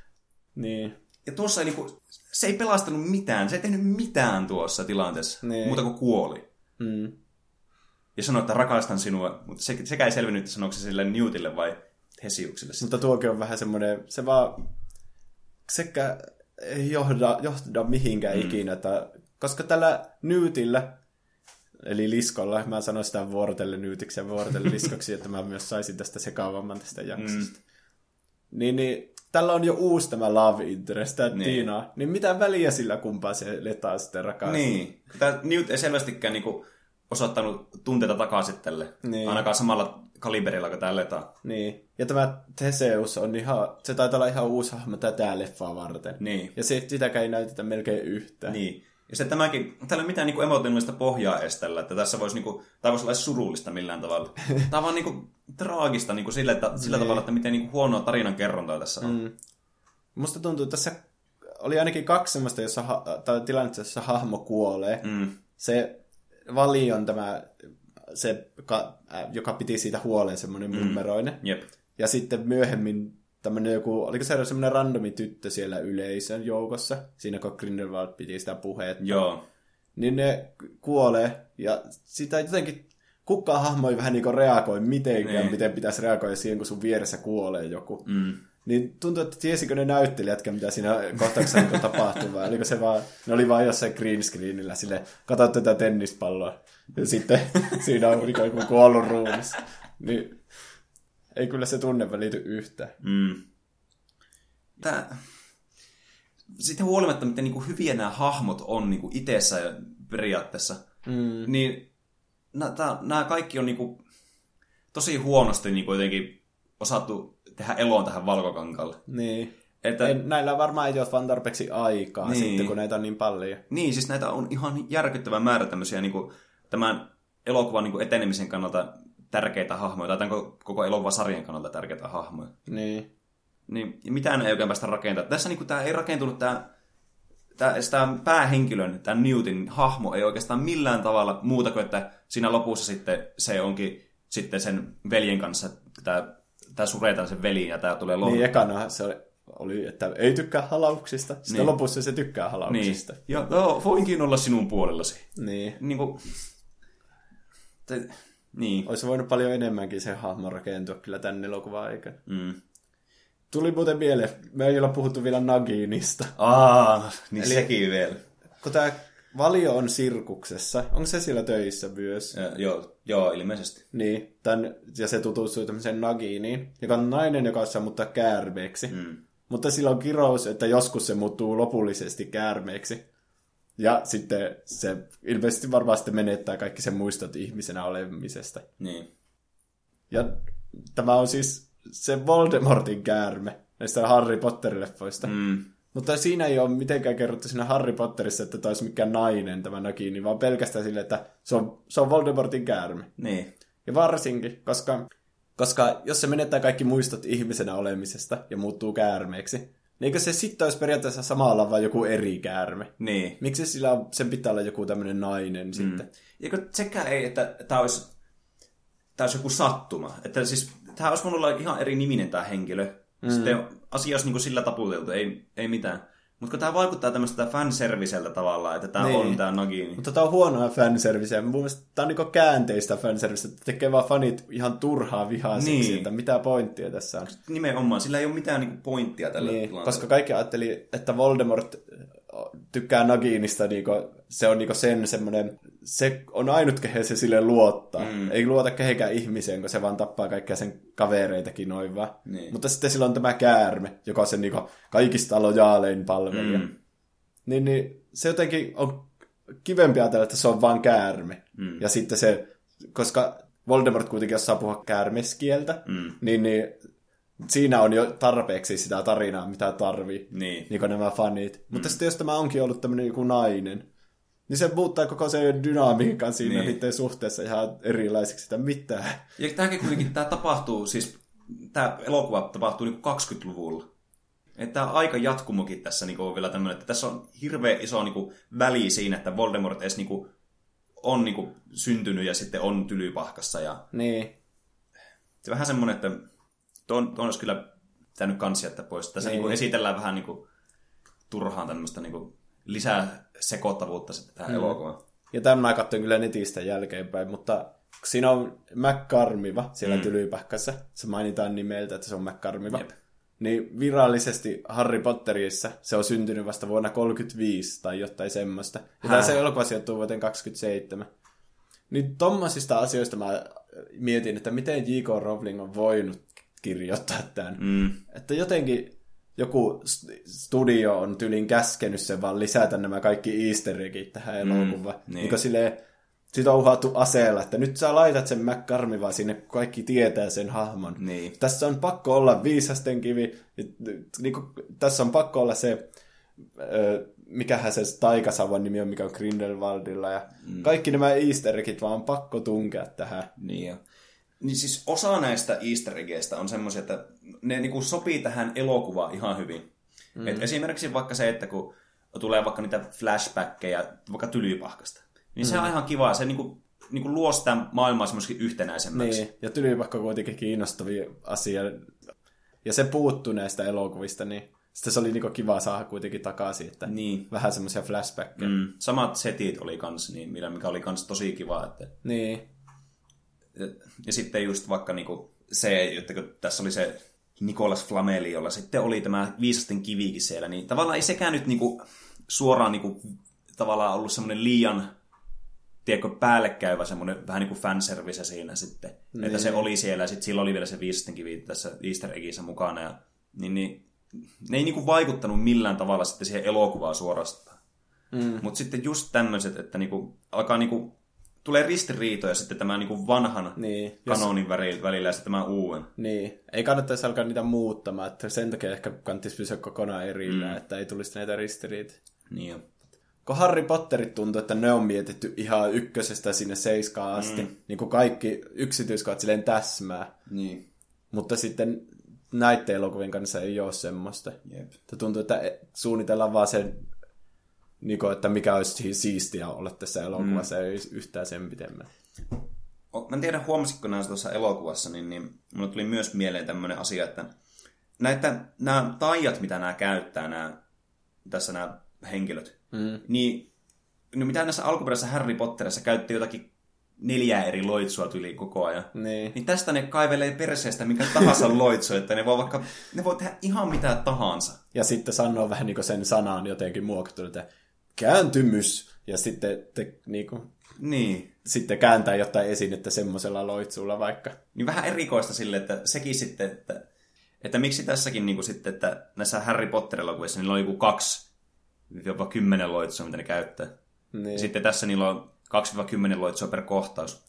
niin. Ja tuossa ei, niin kuin, se ei pelastanut mitään, se ei tehnyt mitään tuossa tilanteessa, niin. muuta kuin kuoli. Mm. Ja sanoi, että rakastan sinua, mutta se, sekä ei selvinnyt, että sanoiko se sille Newtille vai Theseukselle. Mutta tuokin on vähän semmoinen, se vaan sekä ei johda, johda mihinkään mm. ikinä, että, koska tällä Newtillä, eli Liskolla, mä sanoin sitä vuorotelle Newtiksi ja vuorotelle Liskoksi, että mä myös saisin tästä sekaavamman tästä jaksosta. Mm. Niin, niin tällä on jo uusi tämä love interest, tämä niin. Tina, niin mitä väliä sillä kumpaa se Leta sitten rakastuu? Niin, tämä Newt ei selvästikään niinku osoittanut tunteita takaisin tälle. Niin. Ainakaan samalla kaliberilla kuin tämä Leta. Niin. Ja tämä Theseus on ihan, se taitaa olla ihan uusi hahmo tätä leffaa varten. Niin. Ja se, sitäkään ei näytetä melkein yhtään. Niin. Ja se tämäkin, täällä ei ole mitään niinku emotionaalista pohjaa estellä, että tässä voisi, niinku, tämä voisi olla surullista millään tavalla. Tämä on vaan niinku traagista niinku sillä, että, sillä niin. tavalla, että miten niinku huonoa tarinan kerrontaa tässä on. Mm. Musta tuntuu, että tässä oli ainakin kaksi semmoista, jossa ha- tai tilannetta, jossa hahmo kuolee. Mm. Se Vali on tämä, se, joka piti siitä huolen, semmoinen mm. mummeroinen. Jep. Ja sitten myöhemmin tämmöinen joku, oliko se semmoinen randomi tyttö siellä yleisön joukossa, siinä kun Grindelwald piti sitä puhetta. Joo. Niin ne kuolee, ja sitä jotenkin kukaan hahmo ei vähän niin kuin reagoi mitenkään, niin. miten pitäisi reagoida siihen, kun sun vieressä kuolee joku. Mm. Niin tuntuu, että tiesikö ne näyttelijätkä, mitä siinä kohtauksessa niin tapahtuu, vai oliko se vaan, ne oli vaan jossain green screenillä, silleen, kato tätä tennispalloa, ja sitten siinä on ikään kuin kuollut ruumis. Niin ei kyllä se tunne välity yhtään. Mm. Tää... Sitten huolimatta, miten niin kuin hyviä nämä hahmot on niin kuin itsessä ja periaatteessa, mm. niin nämä kaikki on niin kuin tosi huonosti niin kuin jotenkin osattu tehdä eloon tähän valkokankalle. Niin. Että... Ei, näillä varmaan ei ole vaan tarpeeksi aikaa niin. sitten, kun näitä on niin paljon. Niin, siis näitä on ihan järkyttävä määrä tämmöisiä niin kuin, tämän elokuvan niin kuin etenemisen kannalta tärkeitä hahmoja, tai tämän koko elokuvasarjan kannalta tärkeitä hahmoja. Niin. Niin mitään ei oikein päästä rakentamaan. Tässä niin tämä ei rakentunut tämä, tämä, tämä päähenkilön, tämä Newtin hahmo ei oikeastaan millään tavalla muuta kuin, että siinä lopussa sitten se onkin sitten sen veljen kanssa, tämä, tämä suretaan sen veli ja tämä tulee loppuun. Niin, ekana se oli, oli, että ei tykkää halauksista. Sitten niin. Lopussa se tykkää halauksista. Niin. Ja joo, voinkin olla sinun puolellasi. Niin. Niin kuin... Te... Niin. Olisi voinut paljon enemmänkin se hahmo rakentua kyllä tämän elokuvan aikana. Mm. Tuli muuten mieleen, me ei olla puhuttu vielä Naginista. Aa, niin Eli, sekin vielä. Kun tämä Valio on sirkuksessa, onko se siellä töissä myös? Ja, joo, joo, ilmeisesti. Niin, tämän, ja se tutustuu tämmöiseen Naginiin, joka on nainen, joka saa muuttaa käärmeeksi. Mm. Mutta sillä on kirous, että joskus se muuttuu lopullisesti käärmeeksi. Ja sitten se ilmeisesti varmaan sitten menettää kaikki sen muistot ihmisenä olemisesta. Niin. Ja tämä on siis se Voldemortin käärme näistä Harry Potter-leffoista. Mm. Mutta siinä ei ole mitenkään kerrottu siinä Harry Potterissa, että tämä olisi mikään nainen tämä Nagini, vaan pelkästään sille, että se on, se on Voldemortin käärme. Niin. Ja varsinkin, koska, koska jos se menettää kaikki muistot ihmisenä olemisesta ja muuttuu käärmeeksi, niin eikö se sitten olisi periaatteessa samalla vaan joku eri käärme? Niin. Miksi sillä on, sen pitää olla joku tämmöinen nainen mm. sitten? Eikö sekään ei, että tämä olisi, tämä olisi joku sattuma. Että siis tämä olisi voinut olla ihan eri niminen tämä henkilö. Mm. Sitten asia olisi niin kuin sillä taputeltu, ei, ei mitään. Mutta kun tämä vaikuttaa tämmöistä fanserviceltä tavallaan, että tämä niin. on tämä Nagini. Mutta tämä on huonoa fanserviceä. Mun mielestä tämä on niin käänteistä fanserviceä, että tekee vaan fanit ihan turhaa vihaisiksi, niin. Että mitä pointtia tässä on. Nimenomaan, sillä ei ole mitään niin pointtia tällä niin, tilanteella. Koska kaikki ajatteli, että Voldemort tykkää Naginista, niin se on niin sen semmoinen, se on ainut, kehen se sille luottaa. Mm. Ei luota kehenkään ihmiseen, kun se vaan tappaa kaikkia sen kavereitakin noin vaan. Niin. Mutta sitten sillä on tämä käärme, joka on sen niin kaikista lojaalein palvelija. Mm. Niin, niin se jotenkin on kivempi ajatella, että se on vaan käärme. Mm. Ja sitten se, koska Voldemort kuitenkin osaa puhua käärmeskieltä, mm. niin, niin siinä on jo tarpeeksi sitä tarinaa, mitä tarvii, niin, niin kuin nämä fanit. Mm. Mutta sitten jos tämä onkin ollut tämmöinen joku nainen, niin se muuttaa koko se dynamiikan siinä niin. Niiden suhteessa ihan erilaiseksi sitä mitään. Ja tämäkin kuitenkin tämä tapahtuu, siis tämä elokuva tapahtuu niin kaksikymmentäluvulla. Että tämä aika jatkumokin tässä niin on vielä tämmöinen, että tässä on hirveän iso niin kuin, väli siinä, että Voldemort edes niin kuin, on niin kuin, syntynyt ja sitten on tylypahkassa. Ja... Niin. Se vähän semmoinen, että tuon, tuon olisi kyllä pitänyt kans jättää pois. Tässä niin. Niin kuin, esitellään vähän niin kuin, turhaan tämmöistä niin kuin, lisää sekoittavuutta sitten tähän mm. elokuvaan. Ja tämän mä katsoin kyllä netistä jälkeenpäin, mutta siinä on McCarmiva siellä mm. tylypähkässä. Se mainitaan nimeltä, että se on McCarmiva. Jep. Niin virallisesti Harry Potterissa se on syntynyt vasta vuonna kolmekymmentäviisi tai jotain semmoista. Ja tämä se elokuva sijoittuu vuoteen kaksikymmentäseitsemän. Niin tommosista asioista mä mietin, että miten J K. Rowling on voinut kirjoittaa tämän. Mm. Että jotenkin joku studio on tyylin käskenyt sen vaan lisätä nämä kaikki easter eggit tähän elokuvaan. Mm, niin. Niin silleen, sit on uhattu aseella, että nyt sä laitat sen McCarmivaan sinne, kun kaikki tietää sen hahmon. Niin. Tässä on pakko olla viisasten kivi, niin kuin, tässä on pakko olla se, mikähän se taikasauvan nimi on, mikä on Grindelwaldilla, ja mm. kaikki nämä easter eggit vaan on pakko tunkea tähän. Niin jo. Niin siis osa näistä easter eggeistä on semmoisia, että ne niinku sopii tähän elokuvaan ihan hyvin. Mm. Et esimerkiksi vaikka se, että kun tulee vaikka niitä flashbackkejä vaikka Tylypahkasta, niin mm. se on ihan kiva. Se niinku, niinku luo sitä maailmaa semmoisikin yhtenäisemmäksi. Niin, ja Tylypahka on kuitenkin kiinnostavia asia. Ja se puuttui näistä elokuvista, niin sitten se oli niinku kiva saada kuitenkin takaisin, että niin. Vähän semmoisia flashbackkejä. Mm. Samat setit oli kans, niin, mikä oli kans tosi kiva. Että... Niin. Ja, ja sitten just vaikka niinku se, että kun tässä oli se Nicolas Flamel, jolla sitten oli tämä viisasten kivikin siellä, niin tavallaan ei sekään nyt niinku suoraan niinku, tavallaan ollut semmoinen liian tiedätkö, päällekkäyvä semmoinen vähän niin kuin fanservice siinä sitten. Niin. Että se oli siellä ja sitten sillä oli vielä se viisasten kivi tässä easter eggissä mukana. Ja, niin, niin, ne ei niinku vaikuttanut millään tavalla sitten siihen elokuvaan suorastaan. Mm. Mutta sitten just tämmöiset, että niinku, alkaa niinku tulee ristiriitoja sitten tämän niin vanhan niin, kanonin jos... välillä ja sitten tämän uuden. Niin, ei kannattaisi alkaa niitä muuttamaan, että sen takia ehkä kannattaisi pysyä kokonaan erillään, mm. että ei tulisi näitä ristiriitoja. Niin jo. Kun Harry Potterit tuntuu, että ne on mietitty ihan ykkösestä sinne seiskaan asti, mm. niin kuin kaikki yksityiskohdat silleen täsmää. Niin. Mutta sitten näiden elokuvien kanssa ei ole semmoista. Jep. Tuntuu, että suunnitellaan vaan sen, niin kuin, että mikä olisi siistiä olla tässä elokuvassa, mm. ei yhtään sen pitemmän. Mä en tiedä, huomasitko näissä tuossa elokuvassa, niin, niin mulle tuli myös mieleen tämmöinen asia, että näitä, nämä taijat, mitä nämä käyttää, nämä, tässä nämä henkilöt, mm. niin no mitä näissä alkuperäisissä Harry Potterissa käytti jotakin neljää eri loitsua tyyliin koko ajan. Niin. niin tästä ne kaivelee perseestä minkä tahansa loitsu, että ne voi vaikka, ne voi tehdä ihan mitä tahansa. Ja sitten sanoo vähän niin kuin sen sanan jotenkin muokattu, että kääntymys, ja sitten te, niin kuin, niin. sitten kääntää jotain esinettä semmoisella loitsulla vaikka. Niin vähän erikoista sille, että sekin sitten, että, että miksi tässäkin niin kuin sitten, että näissä Harry Potter-elokuvissa niillä on joku kaksi, jopa kymmenen loitsua, mitä ne käyttää. Niin. Ja sitten tässä niillä on kaksi kymmenen loitsua per kohtaus.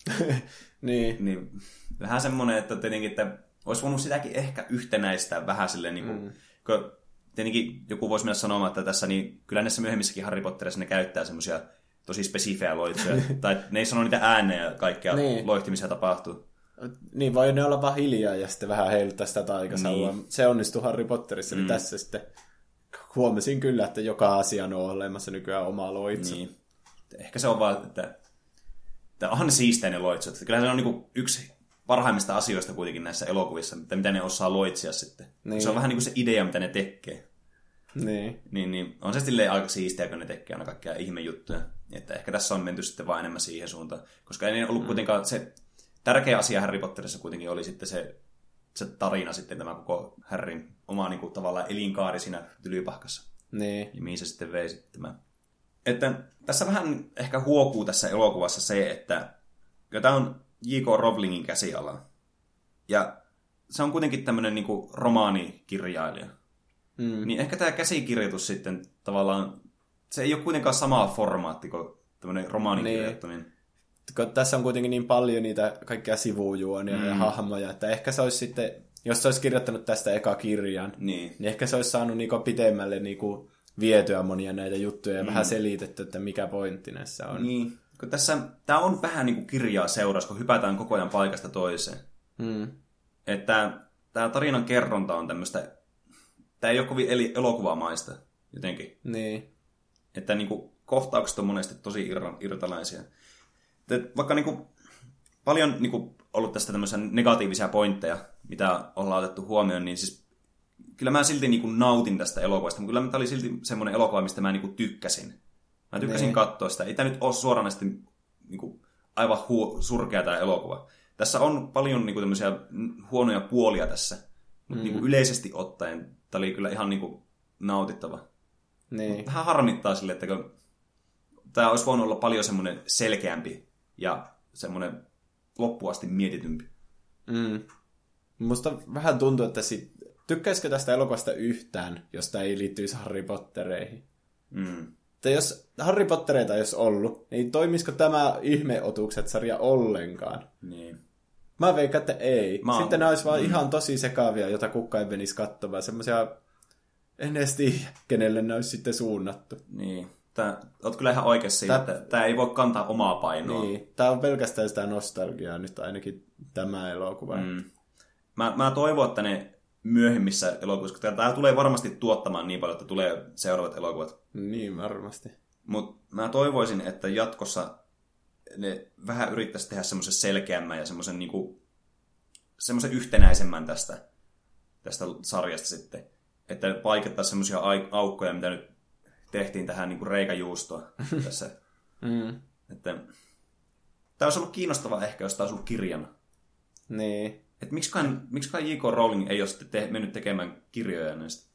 niin. niin. Vähän semmoinen, että tietenkin, että olisi voinut sitäkin ehkä yhtenäistää vähän silleen, niin kuin, mm. kun tietenkin joku voisi mennä sanomaan, että tässä, niin kyllä näissä myöhemmissäkin Harry Potterissa ne käyttää semmoisia tosi spesifejä loitsuja. tai ne ei sano niitä ääneen ja kaikkea niin. loihtimisia tapahtuu. Niin, voi ne olla vaan hiljaa ja sitten vähän heiluttaa sitä taikasauvaa. Niin. Se onnistuu Harry Potterissa, mm. niin tässä sitten huomasin kyllä, että joka asian on olemassa nykyään oma loitsu. Niin. Ehkä se on vaan, että, että on siistää ne loitsut. Kyllä se on niin kuin yksi parhaimmista asioista kuitenkin näissä elokuvissa, että mitä ne osaa loitsia sitten. Niin. Se on vähän niin kuin se idea, mitä ne tekee. Niin. Niin, niin on se silleen aika siistiä, kun ne tekee aina kaikkia ihmejuttuja. Että ehkä tässä on menty sitten vaan enemmän siihen suuntaan. Koska ei ollut mm. kuitenkaan se tärkeä asia Harry Potterissa kuitenkin oli sitten se, se tarina sitten, tämä koko Harryn oma niin kuin, tavallaan elinkaari siinä Tylypahkassa. Niin. Ja mihin se sitten vei sitten tämä. Että tässä vähän ehkä huokuu tässä elokuvassa se, että tämä on J K. Rowlingin käsiala. Ja se on kuitenkin tämmöinen niin kuin romaanikirjailija. Mm. Niin ehkä tämä käsikirjoitus sitten tavallaan, se ei ole kuitenkaan sama formaatti kuin tämmöinen romaanikirjoittaminen. Niin. Tässä on kuitenkin niin paljon niitä kaikkia sivujuonia mm. ja hahmoja, että ehkä se olisi sitten, jos se olisi kirjoittanut tästä eka kirjan, niin, niin ehkä se olisi saanut niinku pitemmälle niinku vietyä monia näitä juttuja ja mm. vähän selitetty, että mikä pointti näissä on. Niin, kun tässä, tämä on vähän niin kuin kirjaa seuraus, kun hypätään koko ajan paikasta toiseen. Mm. Että tämä tarinan kerronta on tämmöistä, tämä ei ole kovin elokuvamaista jotenkin. Niin. Että niin kuin, kohtaukset on monesti tosi ir- irtalaisia. Että vaikka niin kuin, paljon niin kuin, ollut tästä tämmöisiä negatiivisia pointteja, mitä ollaan otettu huomioon, niin siis kyllä mä silti niin kuin nautin tästä elokuvasta, mutta kyllä tämä oli silti semmoinen elokuva, mistä mä niin kuin tykkäsin. Mä tykkäsin nee. katsoa sitä. Ei tämä nyt ole suoranaisesti niin kuin aivan hu- surkea tämä elokuva. Tässä on paljon niin kuin tämmöisiä huonoja puolia tässä, mutta mm. niin kuin yleisesti ottaen tämä oli kyllä ihan niin kuin nautittava. Nee. Vähän harmittaa sille, että kun tämä olisi voinut olla paljon semmoinen selkeämpi ja semmoinen loppuasti mietitympi. Mm. Musta vähän tuntuu, että sit, tykkäisikö tästä elokuvasta yhtään, jos tämä ei liittyisi Harry Pottereihin? Mm. Että jos Harry Pottereita ei olisi ollut, niin toimisiko tämä Ihmeotukset-sarja ollenkaan? Niin. Mä veikkaan, että ei. Mä... Sitten nämä olisi vaan mm. ihan tosi sekaavia, jota kukaan ei menisi katsomaan. Semmoisia, en edes tiedä, kenelle ne olisi sitten suunnattu. Niin. Tää, oot kyllä ihan oikeassa siitä, Tää... että tämä ei voi kantaa omaa painoa. Niin. Tämä on pelkästään sitä nostalgiaa nyt ainakin tämä elokuva. Mm. Mä, mä toivon, että ne myöhemmissä elokuvissa, koska tämä tulee varmasti tuottamaan niin paljon, että tulee seuraavat elokuvat. Niin, varmasti. Mutta mä toivoisin, että jatkossa ne vähän yrittäisi tehdä semmoisen selkeämmän ja semmoisen niinku, semmoisen yhtenäisemmän tästä, tästä sarjasta sitten. Että paikattaisiin semmoisia aukkoja, mitä nyt tehtiin tähän niinku reikäjuustoa tässä. mm. Että tämä olisi ollut kiinnostavaa ehkä, jos tämä olisi ollut kirjana. Niin. Että miksiköhän, miksiköhän J K. Rowling ei ole sitten te- mennyt tekemään kirjoja näistä?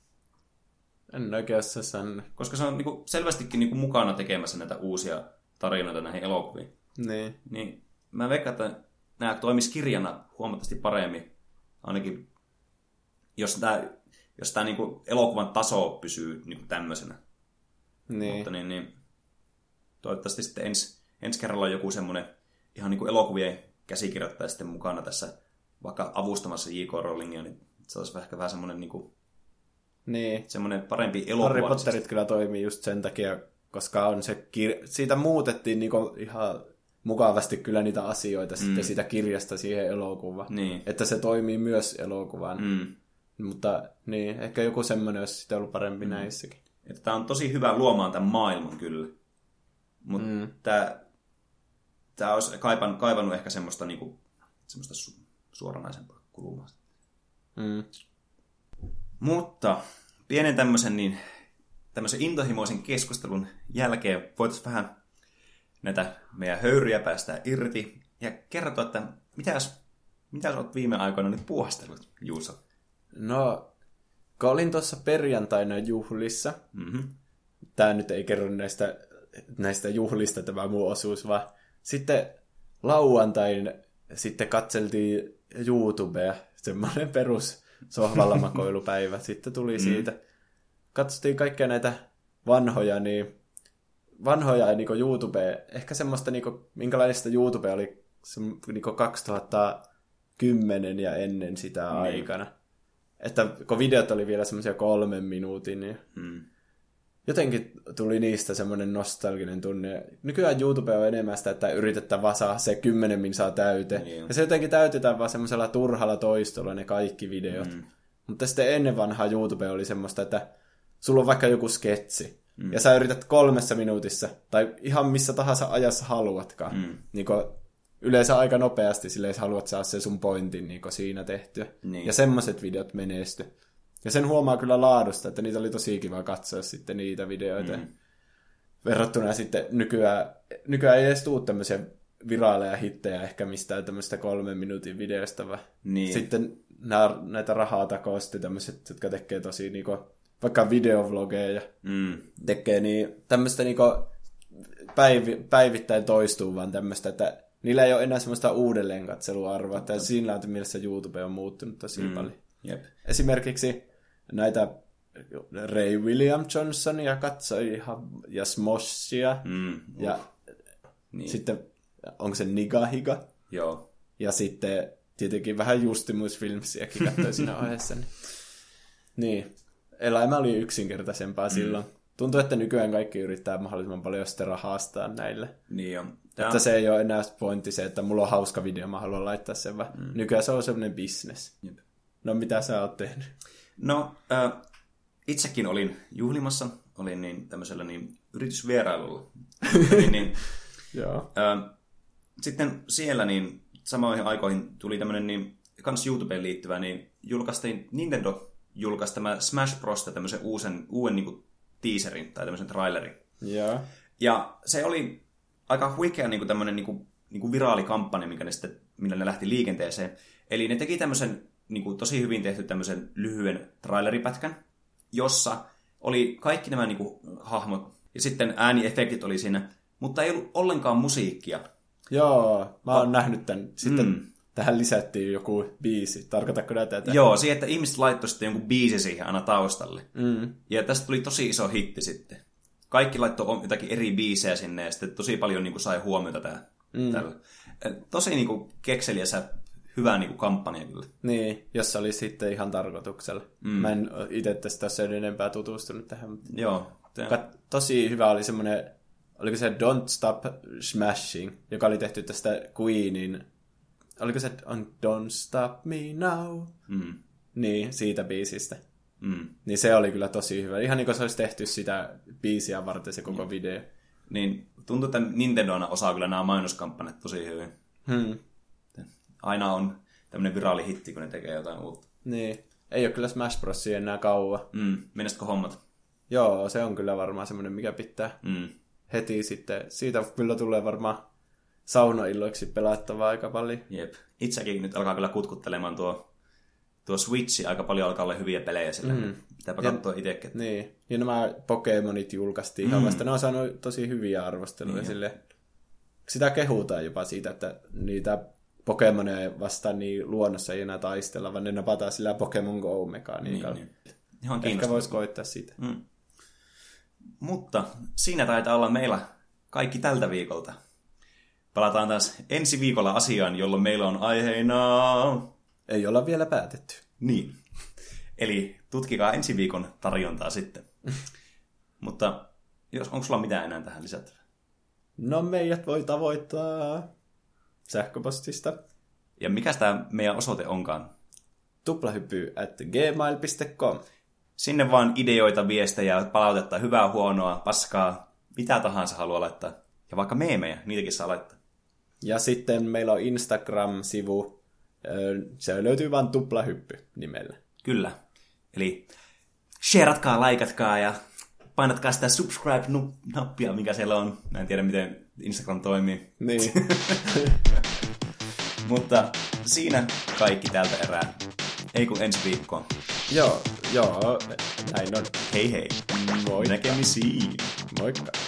En oikeassa sanonut. Koska se on niinku selvästikin niinku mukana tekemässä näitä uusia tarinoita näihin elokuviin. Niin. Niin mä veikkaan, että nämä toimisi kirjana huomattavasti paremmin. Ainakin jos tämä jos tää niinku elokuvan taso pysyy niinku tämmöisenä. Niin. Mutta niin, niin, toivottavasti sitten ens, ensi kerralla on joku semmoinen ihan niinku elokuvien käsikirjoittaja sitten mukana tässä vaikka avustamassa J K. Rowlingia, niin se olisi ehkä vähän semmoinen niinku, niin. semmoinen parempi elokuva. Harry Potterit kyllä toimii just sen takia, koska on se kir- siitä muutettiin niinku ihan mukavasti kyllä niitä asioita mm. sitten siitä kirjasta siihen elokuvaan. Niin. Että se toimii myös elokuvan. Mm. Mutta niin, ehkä joku semmoinen olisi sitten ollut parempi mm. näissäkin. Että tämä on tosi hyvä luomaan tämän maailman kyllä. Mutta mm. tämä, tämä olisi kaipan, kaivannut ehkä semmoista, niinku, semmoista su, suoranaisempaa kulmaa. Mm. Mutta pienen tämmöisen, niin, tämmöisen intohimoisen keskustelun jälkeen voitaisiin vähän näitä meidän höyryjä päästää irti ja kertoa, että mitäs, mitäs olet viime aikoina nyt puuhastellut, Juuso? No, kun olin tuossa perjantaina juhlissa, mm-hmm. tämä nyt ei kerro näistä, näistä juhlista tämä muu osuus, vaan sitten lauantain sitten katseltiin YouTubea, semmoinen perus sohvalla makoilupäivä sitten tuli mm. siitä. Katsottiin kaikkia näitä vanhoja, niin vanhoja niin YouTubea, ehkä semmoista, niin kuin, minkälaista YouTube oli se, niin kaksituhattakymmenen ja ennen sitä niin. aikana. Että kun videot oli vielä semmoisia kolmen minuutin, niin mm. jotenkin tuli niistä semmoinen nostalginen tunne. Nykyään YouTube on enemmän sitä, että yritetään vasaa se kymmenen minsaa täyte. Niin. Ja se jotenkin täytetään vaan semmoisella turhalla toistolla ne kaikki videot. Mm. Mutta sitten ennen vanhaa YouTube oli semmoista, että sulla on vaikka joku sketsi. Mm. Ja sä yrität kolmessa minuutissa, tai ihan missä tahansa ajassa haluatkaan. Mm. Niin yleensä aika nopeasti, silleen jos haluat saada sen sun pointin niin siinä tehtyä. Niin. Ja semmoiset videot menesty. Ja sen huomaa kyllä laadusta, että niitä oli tosi kiva katsoa sitten niitä videoita. Mm. Verrattuna sitten nykyään, nykyään ei edes tule tämmöisiä viraaleja hittejä ehkä mistään tämmöistä kolmen minuutin videosta, vaan niin. Sitten nää, näitä rahaa takoo sitten tämmöiset, jotka tekee tosi niinku, vaikka videovlogeja mm. tekee niin tämmöistä niinku päivi, päivittäin toistuu vaan tämmöistä, että niillä ei ole enää semmoista uudelleenkatseluarvoa, että siinä on mielessä YouTube on muuttunut tosi mm. paljon. Jep. Esimerkiksi näitä Ray William Johnsonia katsoi ihan, ja Smoshia, mm, uh. ja niin. Sitten onko se Nigahiga? Joo. Ja sitten tietenkin vähän Justimus Filmsiäkin katsoi siinä ohessa. Niin. niin, elämä oli yksinkertaisempaa mm. silloin. Tuntuu, että nykyään kaikki yrittää mahdollisimman paljon sitten rahastaa näille. Niin on. Tämä että on... se ei ole enää pointti se, että mulla on hauska video, mä haluan laittaa sen, vaan mm. nykyään se on sellainen business. Jep. No, mitä sä oot tehnyt? No, äh, itsekin olin juhlimassa, olin niin tämmöisellä niin yritysvierailulla. niin, niin, Joo. Äh, sitten siellä niin samoihin aikoihin tuli tämmöinen niin, kans YouTubeen liittyvä, niin julkaistiin, Nintendo julkaisi tämä Smash Bros. Tämmöisen uusen, uuden niin kuin teaserin tai tämmöisen trailerin. Joo. Ja se oli aika huikea niin kuin tämmöinen niin kuin, niin kuin viraalikampanja, mikä ne sitten, millä ne lähti liikenteeseen. Eli ne teki tämmöisen niin kuin, tosi hyvin tehty tämmöisen lyhyen traileripätkän, jossa oli kaikki nämä niin kuin, hahmot, ja sitten ääniefektit oli siinä, mutta ei ollut ollenkaan musiikkia. Joo, mä oon Va- nähnyt tämän. Sitten mm. tähän lisättiin joku biisi. Tarkoitatko näitä tätä? Joo, siihen, että ihmiset laittoi sitten jonkun biisi siihen aina taustalle. Mm. Ja tästä tuli tosi iso hitti sitten. Kaikki laittoi jotakin eri biisejä sinne, ja sitten tosi paljon niin kuin, sai huomiota tää, mm. tällä. Tosi niin kuin, kekseliässä hyvä niin kuin, kampanja kyllä. Niin, jos se oli sitten ihan tarkoituksella. Mm. Mä en itse tästä sen enempää tutustunut tähän. Joo. Kat- tosi hyvä oli semmoinen, oliko se Don't Stop Smashing, joka oli tehty tästä Queenin, oliko se on Don't Stop Me Now? Mm. Niin, siitä biisistä. Mm. Niin se oli kyllä tosi hyvä. Ihan niin kuin se olisi tehty sitä biisiä varten se koko mm. video. Niin, tuntuu, että Nintendo osaa kyllä nämä mainoskampanjat tosi hyvin. Hmm. Aina on tämmöinen viraali hitti, kun ne tekee jotain uutta. Niin. Ei ole kyllä Smash Bros. Enää kauan. Mm. Menisitkö hommat? Joo, se on kyllä varmaan semmoinen, mikä pitää mm. heti sitten. Siitä kyllä tulee varmaan saunailloiksi pelattavaa aika paljon. Jep. Itsekin nyt alkaa kyllä kutkuttelemaan tuo, tuo Switchi. Aika paljon alkaa olla hyviä pelejä sillä. Mm. Pitääpä katsoa itsekin. Niin. Ja nämä Pokemonit julkaistiin mm. ihan vasta. Ne on saanut tosi hyviä arvosteluja. Niin sille. Sitä kehutaan jopa siitä, että niitä Pokemoneja vastaan niin luonnossa ei enää taistella, vaan ne napataan sillä Pokemon Go-mekaniikalla. Niin, niin. Ehkä voisi koittaa sitä. Mm. Mutta siinä taitaa olla meillä kaikki tältä viikolta. Palataan taas ensi viikolla asiaan, jolloin meillä on aiheena... Ei olla vielä päätetty. Niin. Eli tutkikaa ensi viikon tarjontaa sitten. Mutta jos, onko sulla mitään enää tähän lisättävää? No meidät voi tavoittaa sähköpostista. Ja mikä tämä meidän osoite onkaan? tuplahyppy at gmail piste com. Sinne vaan ideoita, viestejä, palautetta, hyvää, huonoa, paskaa, mitä tahansa haluaa laittaa. Ja vaikka meemejä, niitäkin saa laittaa. Ja sitten meillä on Instagram-sivu. Se löytyy vaan tuplahyppy nimellä. Kyllä. Eli shareatkaa, laikatkaa ja painatkaa sitä subscribe-nappia, mikä siellä on. Mä en tiedä, miten Instagram toimii. Niin. Mutta siinä kaikki tältä erää. Ei kun ensi viikkoon. Joo, joo, näin on. Hei hei. Moikka. Näkemisiin. Moikka.